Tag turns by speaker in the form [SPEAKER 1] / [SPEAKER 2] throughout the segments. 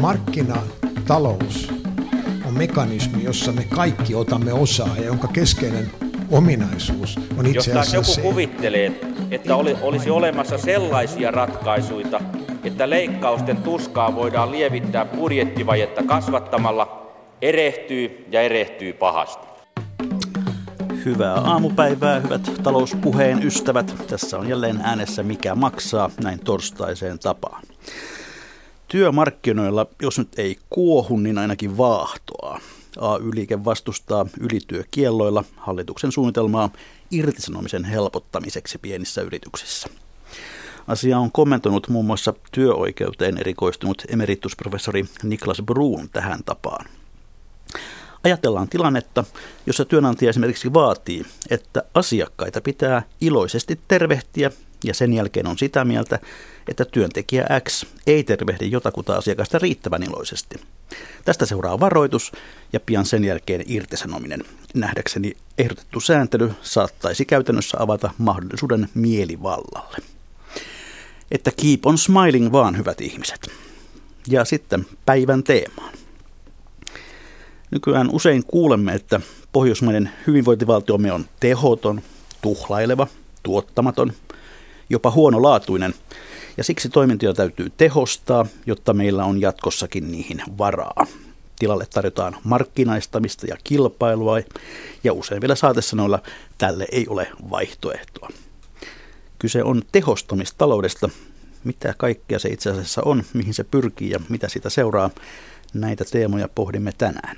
[SPEAKER 1] Markkinatalous on mekanismi, jossa me kaikki otamme osaa ja jonka keskeinen ominaisuus on itse asiassa
[SPEAKER 2] jos joku kuvittelee, että olisi olemassa sellaisia ratkaisuja, että leikkausten tuskaa voidaan lievittää budjettivajetta kasvattamalla, erehtyy pahasti.
[SPEAKER 3] Hyvää aamupäivää, hyvät talouspuheen ystävät. Tässä on jälleen äänessä Mikä maksaa, näin torstaiseen tapaan. Työmarkkinoilla, jos nyt ei kuohu, niin ainakin vaahtoa. AY-liike vastustaa ylityökielloilla hallituksen suunnitelmaa irtisanomisen helpottamiseksi pienissä yrityksissä. Asia on kommentoinut muun muassa työoikeuteen erikoistunut emeritusprofessori Niklas Bruun tähän tapaan. Ajatellaan tilannetta, jossa työnantaja esimerkiksi vaatii, että asiakkaita pitää iloisesti tervehtiä ja sen jälkeen on sitä mieltä, että työntekijä X ei tervehdi jotakuta asiakasta riittävän iloisesti. Tästä seuraa varoitus ja pian sen jälkeen irtisanominen. Nähdäkseni ehdotettu sääntely saattaisi käytännössä avata mahdollisuuden mielivallalle. Että keep on smiling vaan, hyvät ihmiset. Ja sitten päivän teemaan. Nykyään usein kuulemme, että pohjoismainen hyvinvointivaltiomme on tehoton, tuhlaileva, tuottamaton, jopa huonolaatuinen, ja siksi toimintoja täytyy tehostaa, jotta meillä on jatkossakin niihin varaa. Tilalle tarjotaan markkinaistamista ja kilpailua, ja usein vielä saatesanoilla tälle ei ole vaihtoehtoa. Kyse on tehostamistaloudesta. Mitä kaikkea se itse asiassa on, mihin se pyrkii ja mitä siitä seuraa, näitä teemoja pohdimme tänään.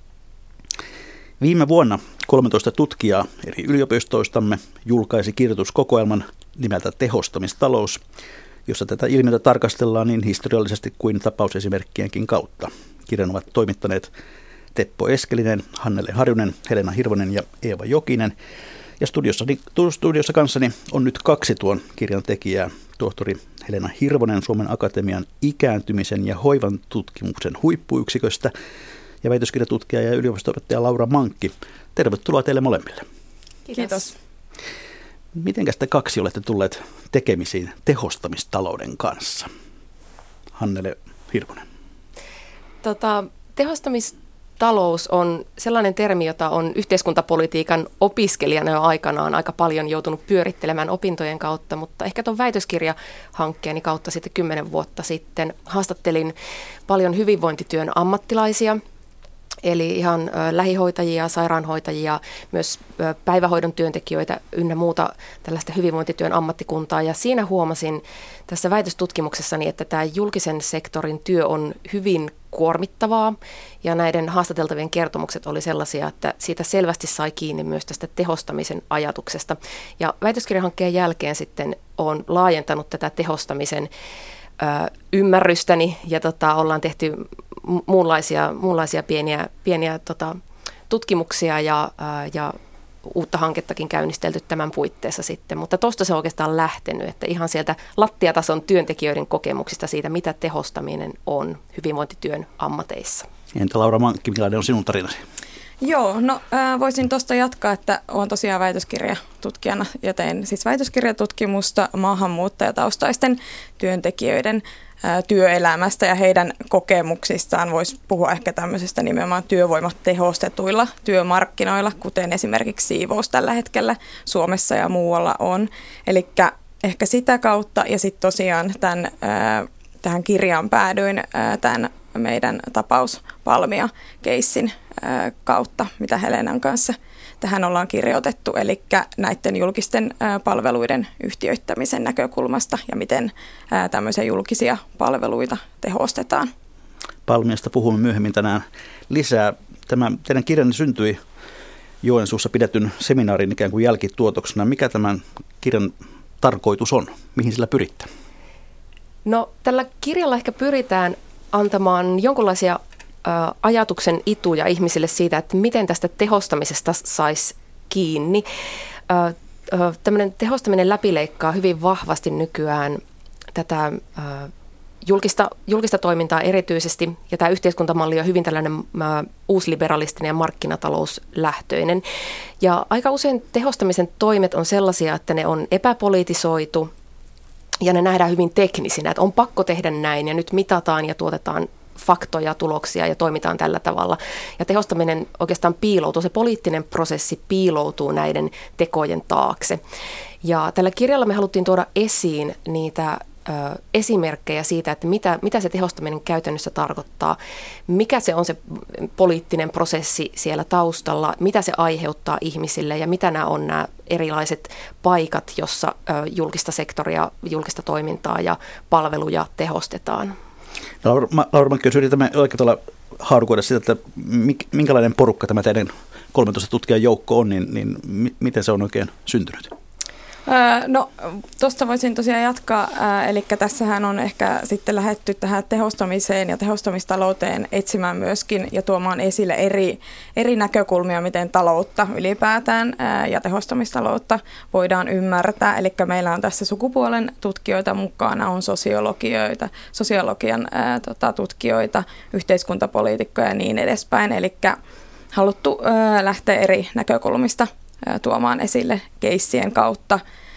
[SPEAKER 3] Viime vuonna 13 tutkijaa eri yliopistoistamme julkaisi kirjoituskokoelman nimeltä Tehostamistalous, jossa tätä ilmiötä tarkastellaan niin historiallisesti kuin tapausesimerkkienkin kautta. Kirjan ovat toimittaneet Teppo Eskelinen, Hannele Harjunen, Helena Hirvonen ja Eeva Jokinen. Ja studiossa kanssani on nyt kaksi tuon kirjan tekijää, tohtori Helena Hirvonen Suomen Akatemian ikääntymisen ja hoivan tutkimuksen huippuyksiköstä ja väitöskirjatutkija ja yliopisto-opettaja Laura Mankki. Tervetuloa teille molemmille.
[SPEAKER 4] Kiitos.
[SPEAKER 3] Mitenkäs te kaksi olette tulleet tekemisiin tehostamistalouden kanssa? Hannele Hirvonen.
[SPEAKER 4] Tehostamistalous on sellainen termi, jota on yhteiskuntapolitiikan opiskelijana jo aikanaan aika paljon joutunut pyörittelemään opintojen kautta, mutta ehkä tuon väitöskirjahankkeeni kautta sitten 10 vuotta sitten haastattelin paljon hyvinvointityön ammattilaisia, eli ihan lähihoitajia, sairaanhoitajia, myös päivähoidon työntekijöitä ynnä muuta tällaista hyvinvointityön ammattikuntaa. Ja siinä huomasin tässä väitöstutkimuksessani, että tämä julkisen sektorin työ on hyvin kuormittavaa. Ja näiden haastateltavien kertomukset oli sellaisia, että siitä selvästi sai kiinni myös tästä tehostamisen ajatuksesta. Ja väitöskirjahankkeen jälkeen sitten olen laajentanut tätä tehostamisen ymmärrystäni ja ollaan tehty muunlaisia pieniä tutkimuksia ja uutta hankettakin käynnistelty tämän puitteissa sitten, mutta tuosta se on oikeastaan lähtenyt, että ihan sieltä lattiatason työntekijöiden kokemuksista siitä, mitä tehostaminen on hyvinvointityön ammateissa.
[SPEAKER 3] Entä Laura Mankki, millainen on sinun tarinasi?
[SPEAKER 5] Joo, no voisin tuosta jatkaa, että olen tosiaan väitöskirjatutkijana ja teen siis väitöskirjatutkimusta maahanmuuttajataustaisten työntekijöiden työelämästä ja heidän kokemuksistaan. Voisi puhua ehkä tämmöisestä nimenomaan työvoimatehostetuilla työmarkkinoilla, kuten esimerkiksi siivous tällä hetkellä Suomessa ja muualla on. Eli ehkä sitä kautta ja sitten tosiaan tähän kirjaan päädyin tämän meidän tapauspalmia-keissin kautta, mitä Helenan kanssa tähän ollaan kirjoitettu, eli näiden julkisten palveluiden yhtiöittämisen näkökulmasta ja miten tämmöisiä julkisia palveluita tehostetaan.
[SPEAKER 3] Palmiasta puhumme myöhemmin tänään lisää. Tämä teidän kirjanne syntyi Joensuussa pidetyn seminaarin ikään kuin jälkituotoksena. Mikä tämän kirjan tarkoitus on? Mihin sillä pyritte?
[SPEAKER 4] No, tällä kirjalla ehkä pyritään antamaan jonkinlaisia ajatuksen ituja ihmisille siitä, että miten tästä tehostamisesta saisi kiinni. Tämmöinen tehostaminen läpileikkaa hyvin vahvasti nykyään tätä julkista toimintaa erityisesti, ja tämä yhteiskuntamalli on hyvin tällainen uusliberalistinen ja markkinatalouslähtöinen. Ja aika usein tehostamisen toimet on sellaisia, että ne on epäpolitisoitu, ja ne nähdään hyvin teknisinä, että on pakko tehdä näin, ja nyt mitataan ja tuotetaan faktoja, tuloksia ja toimitaan tällä tavalla. Ja tehostaminen oikeastaan piiloutuu, se poliittinen prosessi piiloutuu näiden tekojen taakse. Ja tällä kirjalla me haluttiin tuoda esiin niitä esimerkkejä siitä, että mitä se tehostaminen käytännössä tarkoittaa, mikä se on se poliittinen prosessi siellä taustalla, mitä se aiheuttaa ihmisille ja mitä nämä on nämä erilaiset paikat, jossa julkista sektoria, julkista toimintaa ja palveluja tehostetaan.
[SPEAKER 3] Laura Mankki, jos yritämme oikein tuolla haarukoida sitä, että minkälainen porukka tämä teidän 13 tutkijan joukko on, niin miten se on oikein syntynyt?
[SPEAKER 5] No, tuosta voisin tosiaan jatkaa, eli tässähän on ehkä sitten lähdetty tähän tehostamiseen ja tehostamistalouteen etsimään myöskin ja tuomaan esille eri näkökulmia, miten taloutta ylipäätään ja tehostamistaloutta voidaan ymmärtää. Eli meillä on tässä sukupuolen tutkijoita mukana, on sosiologian tutkijoita, yhteiskuntapoliitikkoja ja niin edespäin, eli haluttu lähteä eri näkökulmista tuomaan esille keissien kautta,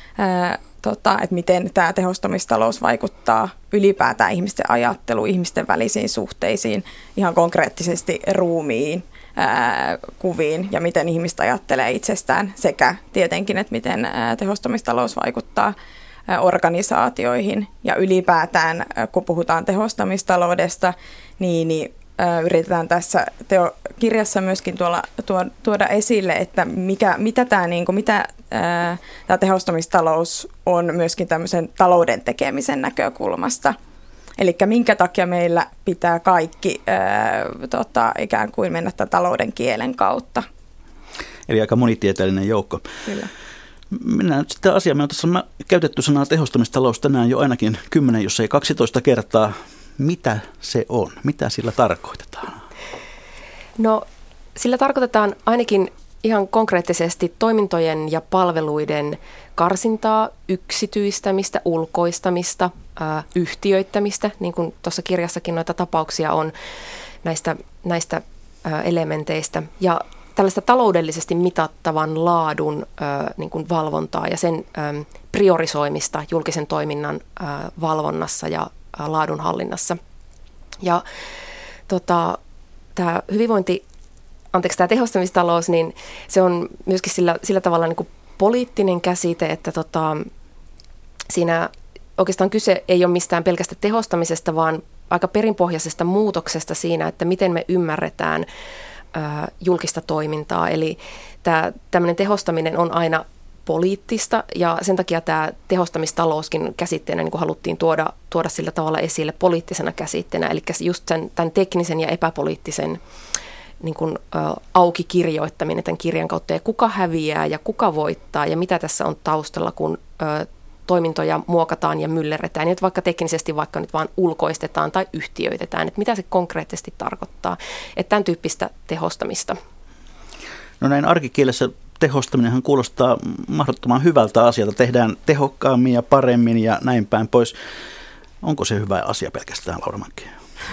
[SPEAKER 5] että miten tämä tehostamistalous vaikuttaa ylipäätään ihmisten ajatteluun, ihmisten välisiin suhteisiin, ihan konkreettisesti ruumiin, kuviin ja miten ihmiset ajattelee itsestään sekä tietenkin, että miten tehostamistalous vaikuttaa organisaatioihin ja ylipäätään, kun puhutaan tehostamistaloudesta, niin yritetään tässä kirjassa myöskin tuoda esille, että mitä tämä tehostamistalous on myöskin tämmöisen talouden tekemisen näkökulmasta. Eli minkä takia meillä pitää kaikki ikään kuin mennä tämän talouden kielen kautta.
[SPEAKER 3] Eli aika monitieteellinen joukko.
[SPEAKER 5] Kyllä.
[SPEAKER 3] Mennään nyt sitten asiaan. Me on tässä käytetty sanaa tehostamistalous tänään jo ainakin 10, jos ei 12 kertaa. Mitä se on? Mitä sillä tarkoitetaan?
[SPEAKER 4] No, sillä tarkoitetaan ainakin ihan konkreettisesti toimintojen ja palveluiden karsintaa, yksityistämistä, ulkoistamista, yhtiöittämistä, niin kuin tuossa kirjassakin noita tapauksia on näistä elementeistä. Ja tällaista taloudellisesti mitattavan laadun niin kuin valvontaa ja sen priorisoimista julkisen toiminnan valvonnassa ja laadunhallinnassa. Ja tämä tämä tehostamistalous, niin se on myöskin sillä tavalla niin kuin poliittinen käsite, että siinä oikeastaan kyse ei ole mistään pelkästä tehostamisesta, vaan aika perinpohjaisesta muutoksesta siinä, että miten me ymmärretään julkista toimintaa. Eli tämmöinen tehostaminen on aina poliittista ja sen takia tämä tehostamistalouskin käsitteenä niin kuin haluttiin tuoda sillä tavalla esille poliittisena käsitteenä, eli just tämän teknisen ja epäpoliittisen niin kuin, auki kirjoittaminen tämän kirjan kautta ja kuka häviää ja kuka voittaa ja mitä tässä on taustalla, kun toimintoja muokataan ja myllerretään, että vaikka teknisesti vaikka nyt vaan ulkoistetaan tai yhtiöitetään, että mitä se konkreettisesti tarkoittaa, että tämän tyyppistä tehostamista.
[SPEAKER 3] No näin arkikielessä tehostaminenhan kuulostaa mahdottoman hyvältä asialta. Tehdään tehokkaammin ja paremmin ja näin päin pois. Onko se hyvä asia pelkästään, Laura Mankki?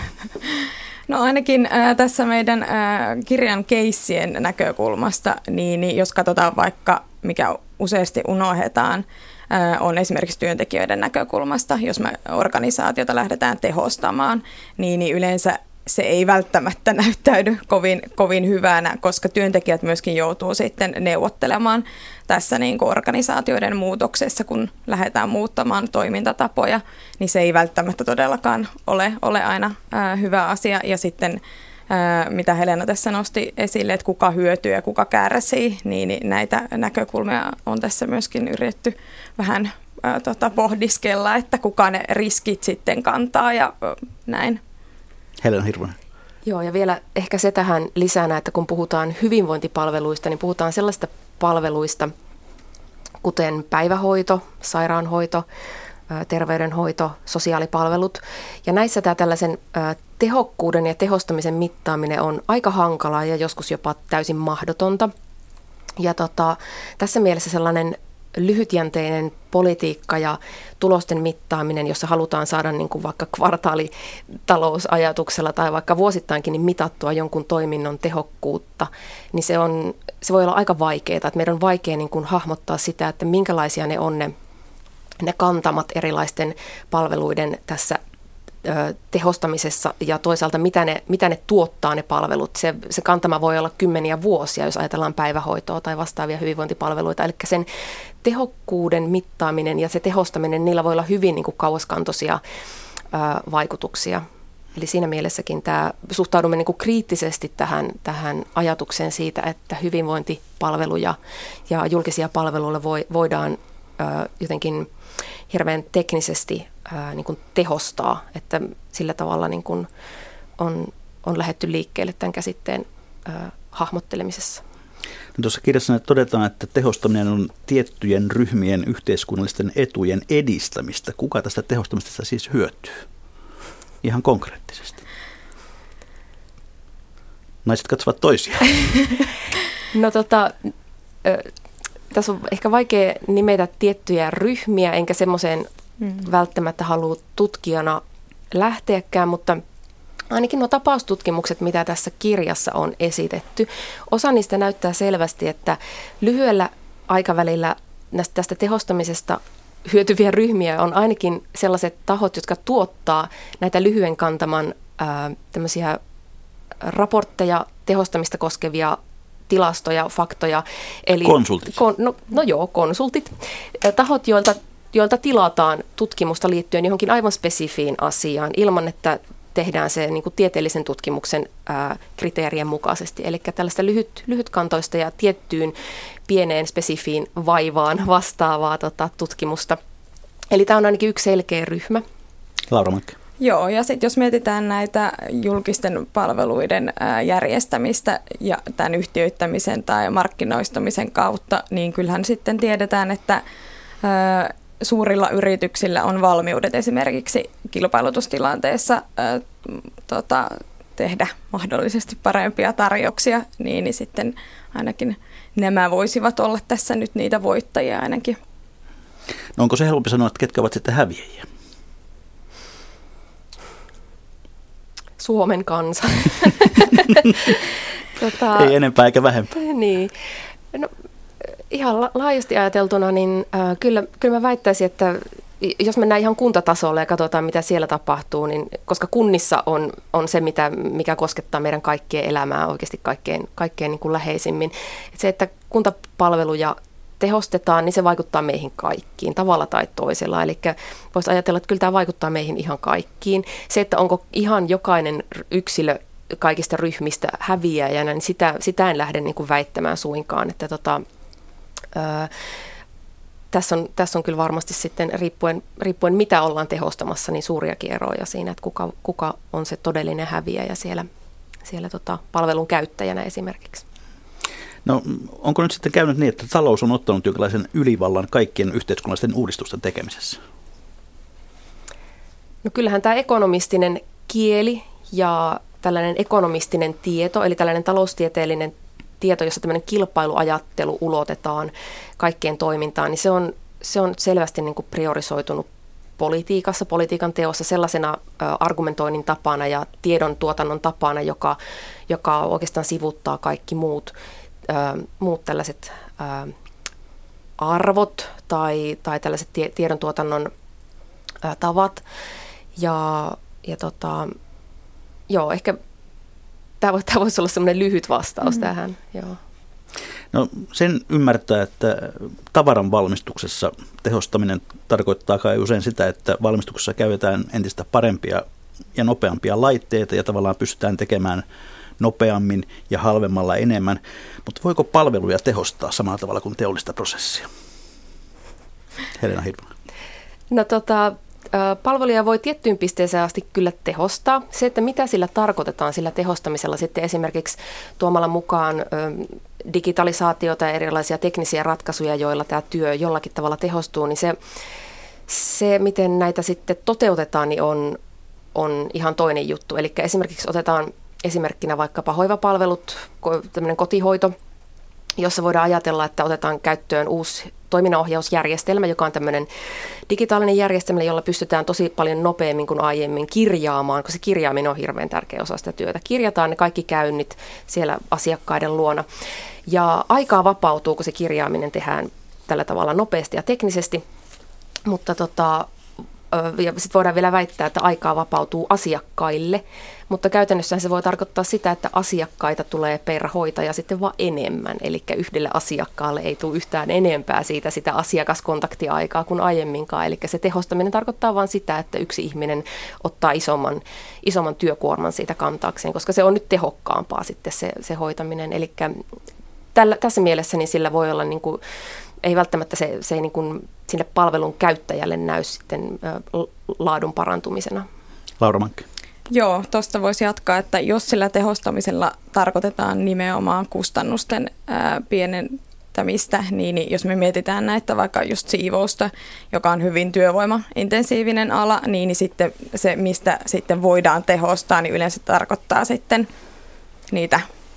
[SPEAKER 5] No ainakin tässä meidän kirjan keissien näkökulmasta, niin jos katsotaan vaikka, mikä useasti unohdetaan, on esimerkiksi työntekijöiden näkökulmasta. Jos me organisaatiota lähdetään tehostamaan, niin yleensä se ei välttämättä näyttäydy kovin hyvänä, koska työntekijät myöskin joutuu sitten neuvottelemaan tässä niin kuin organisaatioiden muutoksessa, kun lähdetään muuttamaan toimintatapoja, niin se ei välttämättä todellakaan ole aina hyvä asia. Ja sitten mitä Helena tässä nosti esille, että kuka hyötyy ja kuka kärsii, niin näitä näkökulmia on tässä myöskin yritetty vähän pohdiskella, että kuka ne riskit sitten kantaa ja näin.
[SPEAKER 3] Helena Hirvonen.
[SPEAKER 4] Joo, ja vielä ehkä se tähän lisänä, että kun puhutaan hyvinvointipalveluista, niin puhutaan sellaista palveluista, kuten päivähoito, sairaanhoito, terveydenhoito, sosiaalipalvelut. Ja näissä tämä tällaisen tehokkuuden ja tehostamisen mittaaminen on aika hankalaa ja joskus jopa täysin mahdotonta. Ja tässä mielessä sellainen lyhytjänteinen politiikka ja tulosten mittaaminen, jossa halutaan saada niin kuin vaikka kvartaalitalousajatuksella tai vaikka vuosittainkin niin mitattua jonkun toiminnon tehokkuutta, niin se voi olla aika vaikeaa. Että meidän on vaikea niin kuin hahmottaa sitä, että minkälaisia ne on ne kantamat erilaisten palveluiden tässä tehostamisessa ja toisaalta mitä ne tuottaa ne palvelut. Se kantama voi olla kymmeniä vuosia, jos ajatellaan päivähoitoa tai vastaavia hyvinvointipalveluita. Eli sen tehokkuuden mittaaminen ja se tehostaminen, niillä voi olla hyvin niin kuin kauaskantoisia vaikutuksia. Eli siinä mielessäkin suhtaudumme niin kuin kriittisesti tähän ajatukseen siitä, että hyvinvointipalveluja ja julkisia palveluja voidaan jotenkin hirveän teknisesti niin kuin tehostaa, että sillä tavalla niin kuin on lähdetty liikkeelle tämän käsitteen hahmottelemisessa.
[SPEAKER 3] No tuossa kirjassa todetaan, että tehostaminen on tiettyjen ryhmien yhteiskunnallisten etujen edistämistä. Kuka tästä tehostamisesta siis hyötyy? Ihan konkreettisesti. Naiset katsovat toisiaan.
[SPEAKER 4] No tässä on ehkä vaikea nimetä tiettyjä ryhmiä, enkä semmoiseen välttämättä halua tutkijana lähteäkään, mutta ainakin nuo tapaustutkimukset, mitä tässä kirjassa on esitetty, osa niistä näyttää selvästi, että lyhyellä aikavälillä tästä tehostamisesta hyötyviä ryhmiä on ainakin sellaiset tahot, jotka tuottaa näitä lyhyen kantaman tämmöisiä raportteja, tehostamista koskevia tilastoja, faktoja. Eli
[SPEAKER 3] konsultit.
[SPEAKER 4] Konsultit. Tahot, joilta tilataan tutkimusta liittyen johonkin aivan spesifiin asiaan ilman, että tehdään se niin kuin tieteellisen tutkimuksen kriteerien mukaisesti. Eli tällaista lyhytkantoista ja tiettyyn pieneen spesifiin vaivaan vastaavaa tutkimusta. Eli tämä on ainakin yksi selkeä ryhmä.
[SPEAKER 3] Laura Mäkkä.
[SPEAKER 5] Joo, ja sitten jos mietitään näitä julkisten palveluiden järjestämistä ja tämän yhtiöittämisen tai markkinoistamisen kautta, niin kyllähän sitten tiedetään, että suurilla yrityksillä on valmiudet esimerkiksi kilpailutustilanteessa tehdä mahdollisesti parempia tarjouksia, niin sitten ainakin nämä voisivat olla tässä nyt niitä voittajia ainakin.
[SPEAKER 3] No onko se helpompi sanoa, että ketkä ovat sitten häviäjiä?
[SPEAKER 4] Suomen kansa.
[SPEAKER 3] Ei enempää eikä vähempää.
[SPEAKER 4] Niin. No, ihan laajasti ajateltuna, niin kyllä mä väittäisin, että jos mennään ihan kuntatasolle ja katsotaan, mitä siellä tapahtuu, niin koska kunnissa on se, mikä koskettaa meidän kaikkien elämää oikeasti kaikkein niin kuin läheisimmin. Et se, että kuntapalveluja tehostetaan, niin se vaikuttaa meihin kaikkiin tavalla tai toisella. Eli voisi ajatella, että kyllä tämä vaikuttaa meihin ihan kaikkiin. Se, että onko ihan jokainen yksilö kaikista ryhmistä häviäjänä, niin sitä en lähde niin kuin väittämään suinkaan. Että tässä on kyllä varmasti sitten riippuen mitä ollaan tehostamassa, niin suuriakin eroja siinä, että kuka on se todellinen häviäjä siellä palvelun käyttäjänä esimerkiksi.
[SPEAKER 3] No onko nyt sitten käynyt niin, että talous on ottanut jonkinlaisen ylivallan kaikkien yhteiskunnallisten uudistusten tekemisessä?
[SPEAKER 4] No kyllähän tämä ekonomistinen kieli ja tällainen ekonomistinen tieto, eli tällainen taloustieteellinen tieto, jossa tämmöinen kilpailuajattelu ulotetaan kaikkeen toimintaan, niin se on selvästi niin kuin priorisoitunut politiikan teossa sellaisena argumentoinnin tapana ja tiedon tuotannon tapana, joka oikeastaan sivuttaa kaikki muut tällaiset arvot tai tällaiset tiedon tuotannon tavat. Ehkä tämä voisi olla semmoinen lyhyt vastaus tähän. Joo.
[SPEAKER 3] No sen ymmärtää, että tavaran valmistuksessa tehostaminen tarkoittaa kai usein sitä, että valmistuksessa käytetään entistä parempia ja nopeampia laitteita ja tavallaan pystytään tekemään nopeammin ja halvemmalla enemmän. Mutta voiko palveluja tehostaa samalla tavalla kuin teollista prosessia? Helena Hirvonen.
[SPEAKER 4] No palveluja voi tiettyyn pisteeseen asti kyllä tehostaa. Se, että mitä sillä tarkoitetaan sillä tehostamisella sitten esimerkiksi tuomalla mukaan digitalisaatiota ja erilaisia teknisiä ratkaisuja, joilla tämä työ jollakin tavalla tehostuu, niin se miten näitä sitten toteutetaan, niin on ihan toinen juttu. Eli esimerkiksi otetaan esimerkkinä vaikkapa hoivapalvelut, tämmöinen kotihoito, jossa voidaan ajatella, että otetaan käyttöön uusi toiminnanohjausjärjestelmä, joka on tämmöinen digitaalinen järjestelmä, jolla pystytään tosi paljon nopeammin kuin aiemmin kirjaamaan, koska se kirjaaminen on hirveän tärkeä osa sitä työtä. Kirjataan ne kaikki käynnit siellä asiakkaiden luona ja aikaa vapautuu, kun se kirjaaminen tehdään tällä tavalla nopeasti ja teknisesti, mutta ja sitten voidaan vielä väittää, että aikaa vapautuu asiakkaille, mutta käytännössä se voi tarkoittaa sitä, että asiakkaita tulee per hoitaja sitten vaan enemmän, eli yhdelle asiakkaalle ei tule yhtään enempää siitä sitä asiakaskontaktiaikaa kuin aiemminkaan, eli se tehostaminen tarkoittaa vain sitä, että yksi ihminen ottaa isomman työkuorman siitä kantaakseen, koska se on nyt tehokkaampaa sitten se hoitaminen, eli tässä mielessä niin sillä voi olla niin kuin, ei välttämättä se ei niin kuin sinne palvelun käyttäjälle näy sitten laadun parantumisena.
[SPEAKER 3] Laura Mankki.
[SPEAKER 5] Joo, tuosta voisi jatkaa, että jos sillä tehostamisella tarkoitetaan nimenomaan kustannusten pienentämistä, niin jos me mietitään näitä vaikka just siivousta, joka on hyvin työvoimaintensiivinen ala, niin sitten se, mistä sitten voidaan tehostaa, niin yleensä tarkoittaa sitten niitä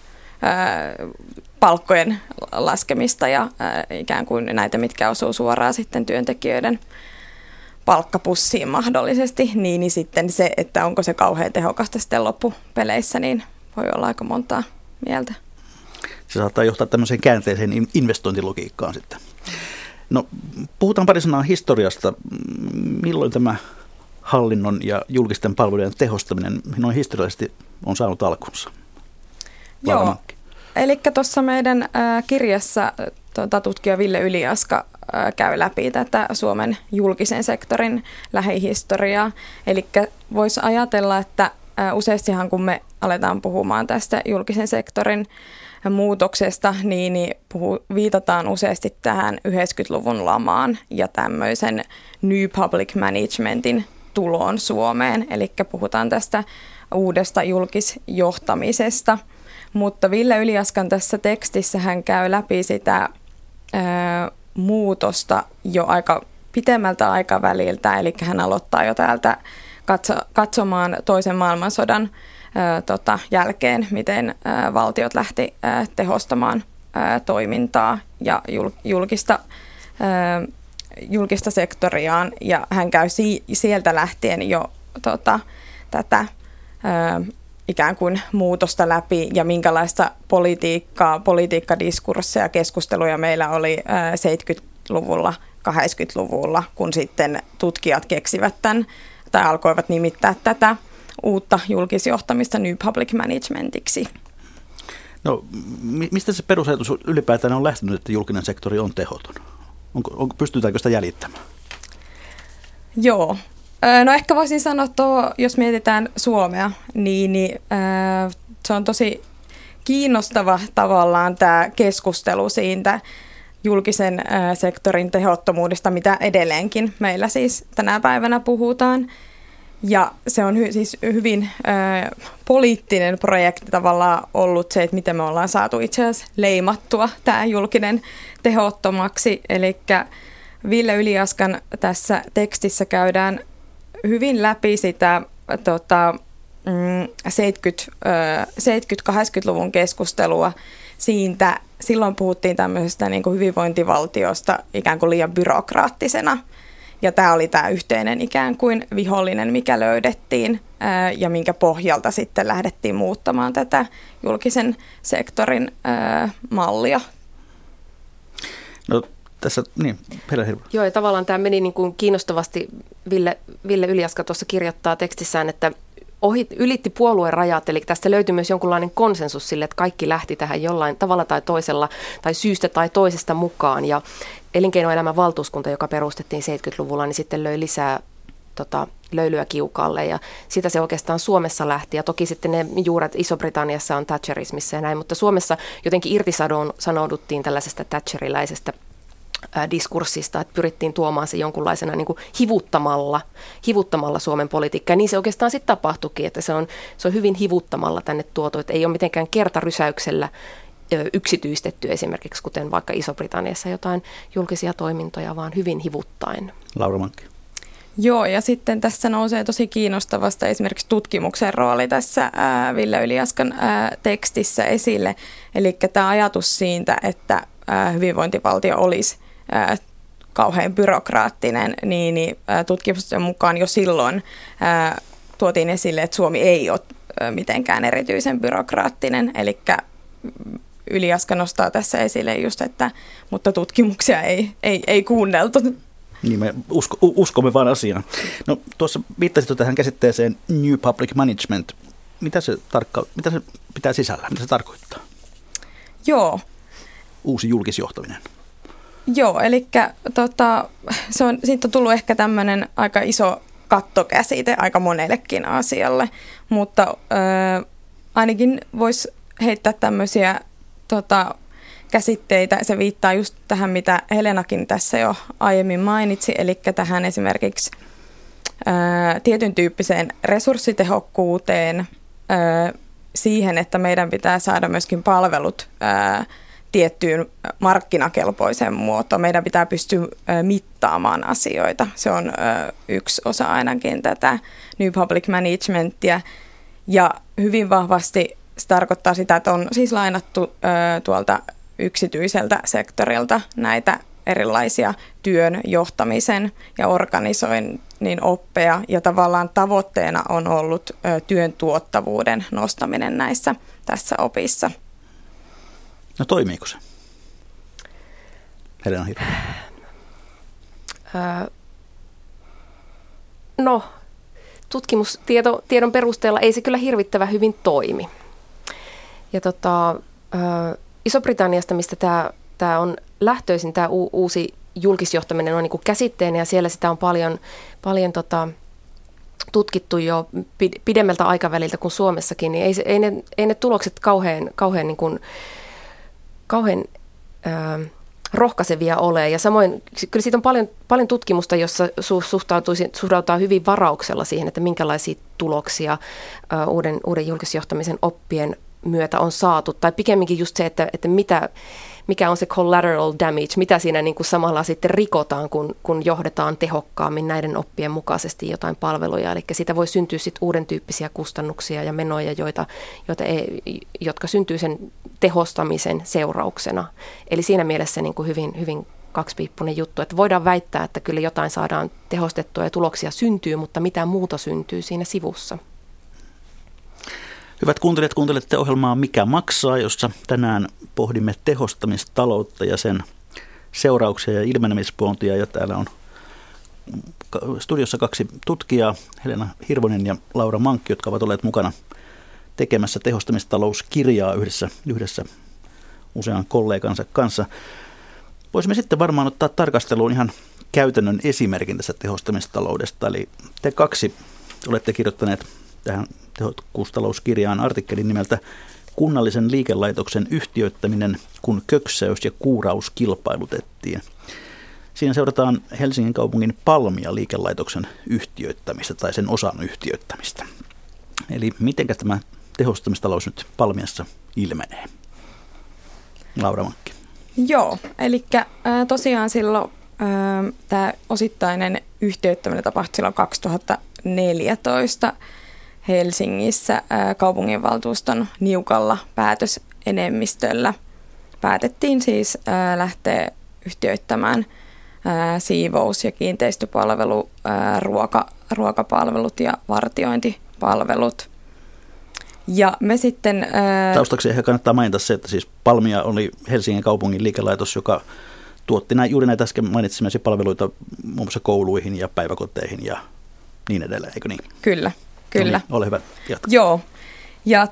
[SPEAKER 5] palkkojen laskemista ja ikään kuin näitä, mitkä osuu suoraan sitten työntekijöiden palkkapussiin mahdollisesti, niin sitten se, että onko se kauhean tehokasta sitten loppupeleissä, niin voi olla aika montaa mieltä.
[SPEAKER 3] Se saattaa johtaa tämmöiseen käänteiseen investointilogiikkaan sitten. No, puhutaan pari sanaa historiasta. Milloin tämä hallinnon ja julkisten palvelujen tehostaminen noin historiallisesti on saanut alkunsa?
[SPEAKER 5] Joo, eli tuossa meidän kirjassa tutkija Ville Yliaska käy läpi tätä Suomen julkisen sektorin lähihistoriaa. Eli voisi ajatella, että useastihan kun me aletaan puhumaan tästä julkisen sektorin muutoksesta, niin viitataan useasti tähän 90-luvun lamaan ja tämmöisen New Public Managementin tuloon Suomeen. Eli puhutaan tästä uudesta julkisjohtamisesta. Mutta Ville Yliaskan tässä tekstissä hän käy läpi sitä muutosta jo aika pitemmältä aikaväliltä, eli hän aloittaa jo täältä katsomaan toisen maailmansodan jälkeen, miten valtiot lähti tehostamaan toimintaa ja julkista sektoriaan, ja hän käy sieltä lähtien jo tätä ikään kuin muutosta läpi ja minkälaista politiikkadiskursseja ja keskusteluja meillä oli 70-luvulla, 80-luvulla, kun sitten tutkijat keksivät tämän tai alkoivat nimittää tätä uutta julkisjohtamista New Public Managementiksi.
[SPEAKER 3] No, mistä se perusajatus ylipäätään on lähtenyt, että julkinen sektori on tehoton? Pystytäänkö sitä jäljittämään?
[SPEAKER 5] Joo. No ehkä voisin sanoa, että jos mietitään Suomea, niin se on tosi kiinnostava tavallaan tämä keskustelu siitä julkisen sektorin tehottomuudesta, mitä edelleenkin meillä siis tänä päivänä puhutaan. Ja se on siis hyvin poliittinen projekti tavallaan ollut se, että miten me ollaan saatu itse asiassa leimattua tämä julkinen tehottomaksi. Eli Ville Yliaskan tässä tekstissä käydään hyvin läpi sitä 70-80-luvun keskustelua siitä. Silloin puhuttiin tämmöisestä niin kuin hyvinvointivaltiosta ikään kuin liian byrokraattisena. Ja tämä oli tämä yhteinen ikään kuin vihollinen, mikä löydettiin ja minkä pohjalta sitten lähdettiin muuttamaan tätä julkisen sektorin mallia.
[SPEAKER 3] No tässä, niin,
[SPEAKER 4] Joo, ja tavallaan tämä meni niin kuin kiinnostavasti. Ville Yliaska tuossa kirjoittaa tekstissään, että ylitti puolueen rajat, eli tästä löytyi myös jonkunlainen konsensus sille, että kaikki lähti tähän jollain tavalla tai toisella tai syystä tai toisesta mukaan. Ja elinkeinoelämän valtuuskunta, joka perustettiin 70-luvulla, niin sitten löi lisää löylyä kiukaalle, ja siitä se oikeastaan Suomessa lähti. Ja toki sitten ne juuret Iso-Britanniassa on thatcherismissa ja näin, mutta Suomessa jotenkin irtisanouduttiin tällaisesta thatcheriläisestä diskurssista, että pyrittiin tuomaan se jonkunlaisena niin kuin hivuttamalla Suomen politiikkaa. Ja niin se oikeastaan sitten tapahtuikin, että se on hyvin hivuttamalla tänne tuotu, että ei ole mitenkään kertarysäyksellä yksityistetty esimerkiksi, kuten vaikka Iso-Britanniassa jotain julkisia toimintoja, vaan hyvin hivuttaen.
[SPEAKER 3] Laura Mankki.
[SPEAKER 5] Joo, ja sitten tässä nousee tosi kiinnostavasta esimerkiksi tutkimuksen rooli tässä Ville Yliaskan tekstissä esille. Eli tämä ajatus siitä, että hyvinvointivaltio olisi kauhean byrokraattinen, niin tutkimusten mukaan jo silloin tuotiin esille, että Suomi ei ole mitenkään erityisen byrokraattinen. Eli Yliaska nostaa tässä esille just, että mutta tutkimuksia ei kuunneltu.
[SPEAKER 3] Niin me uskomme vaan asiaan. No tuossa viittasit tähän käsitteeseen New Public Management. Mitä se pitää sisällä? Mitä se tarkoittaa?
[SPEAKER 5] Joo.
[SPEAKER 3] Uusi julkisjohtaminen.
[SPEAKER 5] Joo, eli siitä on tullut ehkä tämmöinen aika iso kattokäsite aika monellekin asialle, mutta ainakin voisi heittää tämmöisiä käsitteitä. Se viittaa just tähän, mitä Helenakin tässä jo aiemmin mainitsi, eli tähän esimerkiksi tietyn tyyppiseen resurssitehokkuuteen, siihen, että meidän pitää saada myöskin palvelut tiettyyn markkinakelpoiseen muotoon. Meidän pitää pystyä mittaamaan asioita. Se on yksi osa ainakin tätä New Public Managementia. Ja hyvin vahvasti se tarkoittaa sitä, että on siis lainattu tuolta yksityiseltä sektorilta näitä erilaisia työn johtamisen ja organisoinnin oppeja. Ja tavallaan tavoitteena on ollut työn tuottavuuden nostaminen tässä opissa.
[SPEAKER 3] No toimiiko se? Helena Hirvonen.
[SPEAKER 4] No, tutkimustiedon perusteella ei se kyllä hirvittävän hyvin toimi. Ja Iso-Britanniasta, mistä tämä on lähtöisin, tämä uusi julkisjohtaminen on niin kuin käsitteenä, ja siellä sitä on paljon tutkittu jo pidemmältä aikaväliltä kuin Suomessakin, niin ei ne tulokset kauhean niin kuin rohkaisevia ole. Ja samoin kyllä siitä on paljon tutkimusta, jossa suhtaudutaan hyvin varauksella siihen, että minkälaisia tuloksia uuden julkisjohtamisen oppien myötä on saatu. Tai pikemminkin just se, että mikä on se collateral damage, mitä siinä niin kuin samalla sitten rikotaan, kun johdetaan tehokkaammin näiden oppien mukaisesti jotain palveluja. Eli siitä voi syntyä sitten uuden tyyppisiä kustannuksia ja menoja, jotka syntyy sen tehostamisen seurauksena. Eli siinä mielessä niin kuin hyvin, hyvin kaksipiippunen juttu, että voidaan väittää, että kyllä jotain saadaan tehostettua ja tuloksia syntyy, mutta mitä muuta syntyy siinä sivussa.
[SPEAKER 3] Hyvät kuuntelijat, kuuntelette ohjelmaa Mikä maksaa, jossa tänään pohdimme tehostamistaloutta ja sen seurauksia ja ilmenemispointia. Ja täällä on studiossa kaksi tutkijaa, Helena Hirvonen ja Laura Mankki, jotka ovat olleet mukana tekemässä tehostamistalouskirjaa yhdessä usean kollegansa kanssa. Voisimme sitten varmaan ottaa tarkasteluun ihan käytännön esimerkin tästä tehostamistaloudesta. Eli te kaksi olette kirjoittaneet tähän tehokkuustalouskirjaan artikkelin nimeltä Kunnallisen liikelaitoksen yhtiöittäminen, kun köksäys ja kuuraus kilpailutettiin. Siinä seurataan Helsingin kaupungin Palmia liikelaitoksen yhtiöittämistä tai sen osan yhtiöittämistä. Eli miten tämä tehostamistalous nyt Palmiassa ilmenee? Laura Mankki.
[SPEAKER 5] Joo, eli tosiaan silloin tämä osittainen yhtiöittäminen tapahtui silloin 2014 Helsingissä kaupunginvaltuuston niukalla päätösenemmistöllä. Päätettiin siis lähteä yhtiöittämään siivous- ja kiinteistöpalvelu, ruokapalvelut ja vartiointipalvelut. Ja me sitten...
[SPEAKER 3] Taustaksi ehkä kannattaa mainita se, että siis Palmia oli Helsingin kaupungin liikelaitos, joka tuotti juuri näitä äsken mainitsemasi palveluita muun muassa kouluihin ja päiväkoteihin ja niin edelleen, eikö niin?
[SPEAKER 5] Kyllä. Kyllä.
[SPEAKER 3] No, ole hyvä, jatka.
[SPEAKER 5] Joo, ja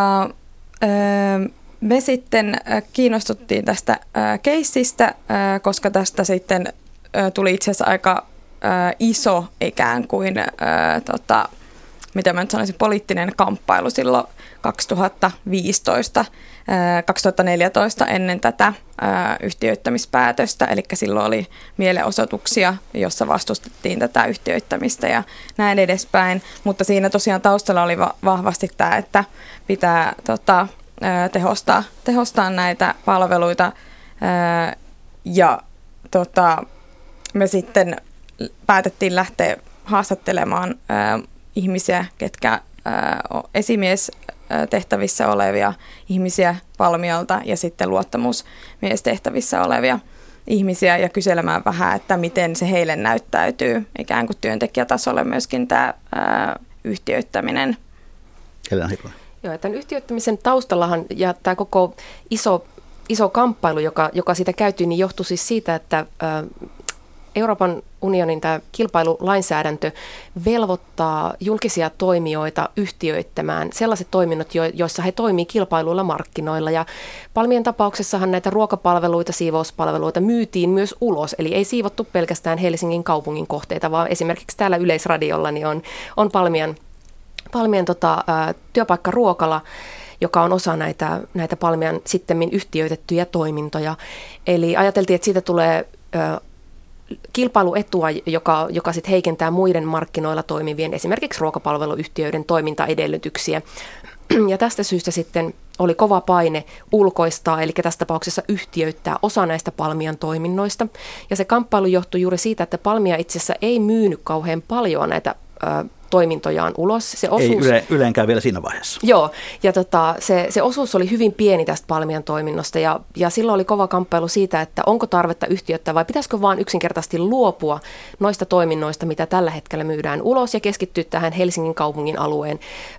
[SPEAKER 5] me sitten kiinnostuttiin tästä keissistä, koska tästä sitten tuli itse asiassa aika iso ikään kuin, mitä mä nyt sanoisin, poliittinen kamppailu silloin 2015, 2014 ennen tätä yhtiöittämispäätöstä, eli silloin oli mielenosoituksia, jossa vastustettiin tätä yhtiöittämistä ja näin edespäin, mutta siinä tosiaan taustalla oli vahvasti tämä, että pitää tehostaa näitä palveluita ja me sitten päätettiin lähteä haastattelemaan ihmisiä, ketkä esimiestehtävissä olevia ihmisiä Palmialta ja sitten luottamusmiestehtävissä olevia ihmisiä ja kyselemään vähän, että miten se heille näyttäytyy ikään kuin työntekijätasolle myöskin tämä yhtiöittäminen.
[SPEAKER 3] Helena Hirvonen.
[SPEAKER 4] Joo, tämän yhtiöittämisen taustallahan ja tämä koko iso kamppailu, joka sitä käytiin, niin johtui siis siitä, että Euroopan unionin tämä kilpailulainsäädäntö velvoittaa julkisia toimijoita yhtiöittämään sellaiset toiminnot, joissa he toimii kilpailuilla markkinoilla. Ja Palmien tapauksessahan näitä ruokapalveluita, siivouspalveluita myytiin myös ulos. Eli ei siivottu pelkästään Helsingin kaupungin kohteita, vaan esimerkiksi täällä Yleisradiolla niin on Palmien työpaikkaruokala, joka on osa näitä Palmian sittemmin yhtiöitettyjä toimintoja. Eli ajateltiin, että siitä tulee kilpailuetua, joka sitten heikentää muiden markkinoilla toimivien, esimerkiksi ruokapalveluyhtiöiden toimintaedellytyksiä. Ja tästä syystä sitten oli kova paine ulkoistaa, eli tässä tapauksessa yhtiöittää osa näistä Palmian toiminnoista. Ja se kamppailu johtui juuri siitä, että Palmia itse asiassa ei myynyt kauhean paljon näitä toimintojaan ulos. Se osuus,
[SPEAKER 3] ei yleenkään vielä siinä vaiheessa.
[SPEAKER 4] Joo, ja se osuus oli hyvin pieni tästä Palmian toiminnosta, ja silloin oli kova kamppailu siitä, että onko tarvetta yhtiöittää vai pitäisikö vaan yksinkertaisesti luopua noista toiminnoista, mitä tällä hetkellä myydään ulos, ja keskittyä tähän Helsingin kaupungin alueen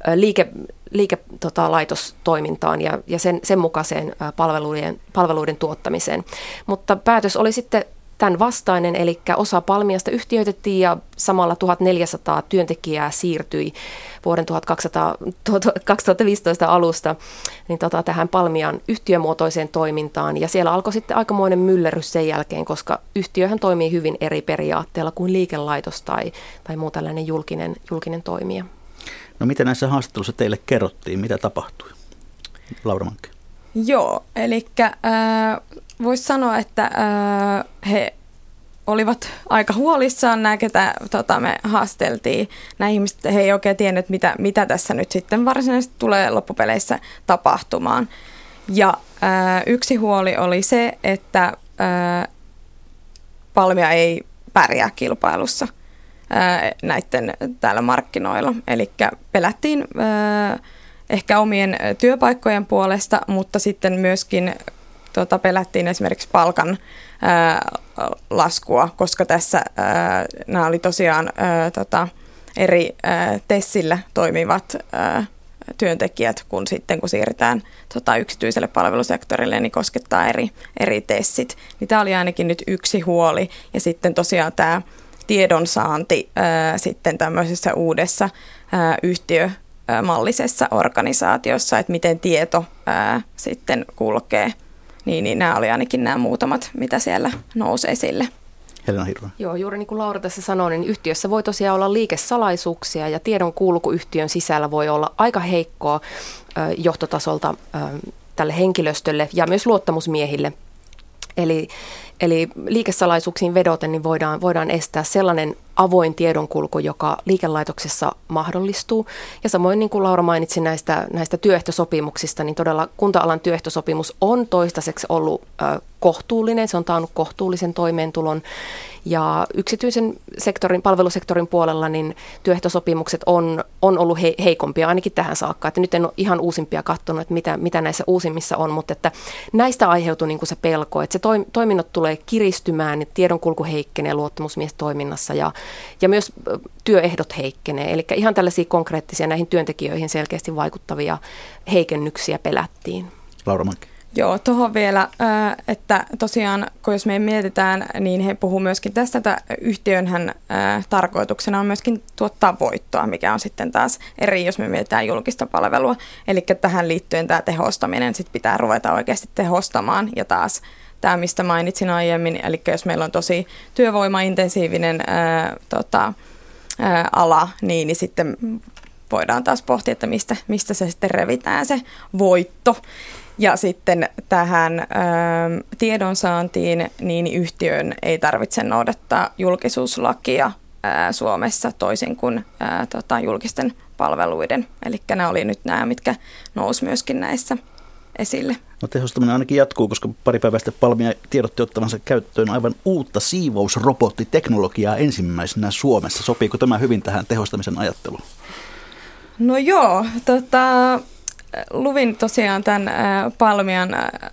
[SPEAKER 4] laitostoimintaan ja sen mukaiseen palveluiden tuottamiseen. Mutta päätös oli sitten tämän vastainen, eli osa Palmiasta yhtiöitettiin ja samalla 1400 työntekijää siirtyi vuoden 2015 alusta niin tähän Palmian yhtiömuotoiseen toimintaan. Ja siellä alkoi sitten aikamoinen myllerrys sen jälkeen, koska yhtiöhän toimii hyvin eri periaatteella kuin liikelaitos tai muu tällainen julkinen toimija.
[SPEAKER 3] No miten näissä haastatteluissa teille kerrottiin, mitä tapahtui? Laura Mankke.
[SPEAKER 5] Joo, eli voisi sanoa, että he olivat aika huolissaan, nämä ketä me haasteltiin. Nämä ihmiset, he ei oikein tiennyt, mitä tässä nyt sitten varsinaisesti tulee loppupeleissä tapahtumaan. Ja yksi huoli oli se, että Palmia ei pärjää kilpailussa näiden täällä markkinoilla. Eli pelättiin ehkä omien työpaikkojen puolesta, mutta sitten myöskin pelättiin esimerkiksi palkan laskua, koska tässä nämä oli tosiaan eri TESillä toimivat työntekijät, kun siirrytään yksityiselle palvelusektorille, niin koskettaa eri TESit. Niin tämä oli ainakin nyt yksi huoli. Ja sitten tosiaan tämä tiedonsaanti sitten tämmöisessä uudessa yhtiömallisessa organisaatiossa, että miten tieto sitten kulkee. Niin nämä oli ainakin nämä muutamat, mitä siellä nousi esille.
[SPEAKER 3] Helena Hirvonen.
[SPEAKER 4] Joo, juuri niin kuin Laura tässä sanoi, niin yhtiössä voi tosiaan olla liikesalaisuuksia ja tiedon kulku yhtiön sisällä voi olla aika heikkoa johtotasolta tälle henkilöstölle ja myös luottamusmiehille. Eli liikesalaisuuksiin vedoten niin voidaan estää sellainen avoin tiedonkulku, joka liikelaitoksessa mahdollistuu. Ja samoin niin kuin Laura mainitsi näistä työehtosopimuksista, niin todella kunta-alan työehtosopimus on toistaiseksi ollut kohtuullinen. Se on taannut kohtuullisen toimeentulon. Ja yksityisen sektorin, palvelusektorin puolella niin työehtosopimukset on ollut heikompia ainakin tähän saakka. Että nyt en ole ihan uusimpia katsonut, että mitä näissä uusimmissa on, mutta että näistä aiheutuu niin kuin se pelko, että se toiminnot tulee kiristymään, että tiedonkulku heikkenee luottamusmiestoiminnassa ja myös työehdot heikkenee. Eli ihan tällaisia konkreettisia näihin työntekijöihin selkeästi vaikuttavia heikennyksiä pelättiin.
[SPEAKER 3] Laura Mankke.
[SPEAKER 5] Joo, tuohon vielä, että tosiaan, kun jos me mietitään, niin he puhuu myöskin tästä, että yhtiönhän tarkoituksena on myöskin tuottaa voittoa, mikä on sitten taas eri, jos me mietitään julkista palvelua. Eli tähän liittyen tämä tehostaminen, sitten pitää ruveta oikeasti tehostamaan ja taas tämä, mistä mainitsin aiemmin, eli jos meillä on tosi työvoimaintensiivinen ala, niin sitten voidaan taas pohtia, että mistä se sitten revitään se voitto. Ja sitten tähän tiedonsaantiin, niin yhtiön ei tarvitse noudattaa julkisuuslakia Suomessa toisin kuin julkisten palveluiden. Eli nämä oli nyt nämä, mitkä nousi myöskin näissä esille.
[SPEAKER 3] No tehostaminen ainakin jatkuu, koska pari päivää sitten Palmia tiedotti ottavansa käyttöön aivan uutta siivousrobottiteknologiaa ensimmäisenä Suomessa. Sopiiko tämä hyvin tähän tehostamisen ajatteluun?
[SPEAKER 5] No joo, luvin tosiaan tämän Palmian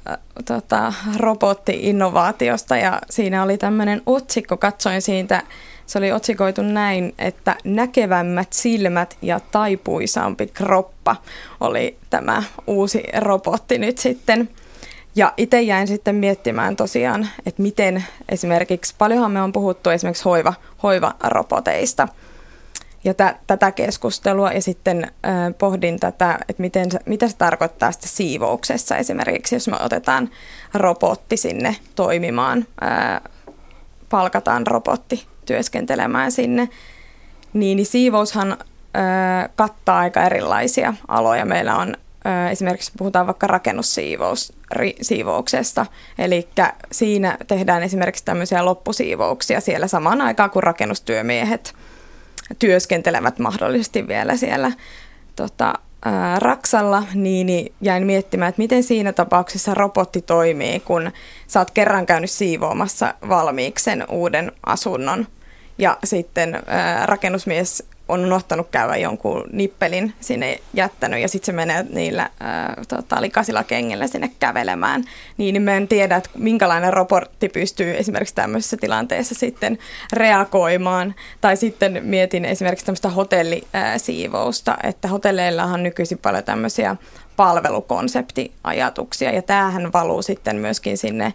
[SPEAKER 5] robotti-innovaatiosta ja siinä oli tämmöinen otsikko, katsoin siitä, se oli otsikoitu näin, että näkevämmät silmät ja taipuisampi kroppa oli tämä uusi robotti nyt sitten. Ja itse jäin sitten miettimään tosiaan, että miten esimerkiksi, paljonhan me on puhuttu esimerkiksi hoivaroboteista ja tätä keskustelua ja sitten pohdin tätä, että mitä se tarkoittaa sitten siivouksessa esimerkiksi, jos me otetaan robotti sinne toimimaan, palkataan robotti työskentelemään sinne, niin siivoushan kattaa aika erilaisia aloja. Meillä on esimerkiksi puhutaan vaikka rakennussiivouksesta, eli siinä tehdään esimerkiksi tämmöisiä loppusiivouksia siellä samaan aikaan, kun rakennustyömiehet työskentelevät mahdollisesti vielä siellä raksalla, niin jäin miettimään, että miten siinä tapauksessa robotti toimii, kun sä oot kerran käynyt siivoamassa valmiiksi sen uuden asunnon ja sitten rakennusmies on unohtanut käydä jonkun nippelin sinne jättänyt ja sitten se menee niillä likaisilla kengillä sinne kävelemään. Niin mä en tiedä, että minkälainen robotti pystyy esimerkiksi tämmöisessä tilanteessa sitten reagoimaan. Tai sitten mietin esimerkiksi tämmöistä hotellisiivousta, että hotelleillahan on nykyisin paljon tämmöisiä palvelukonseptiajatuksia ja tämähän valuu sitten myöskin sinne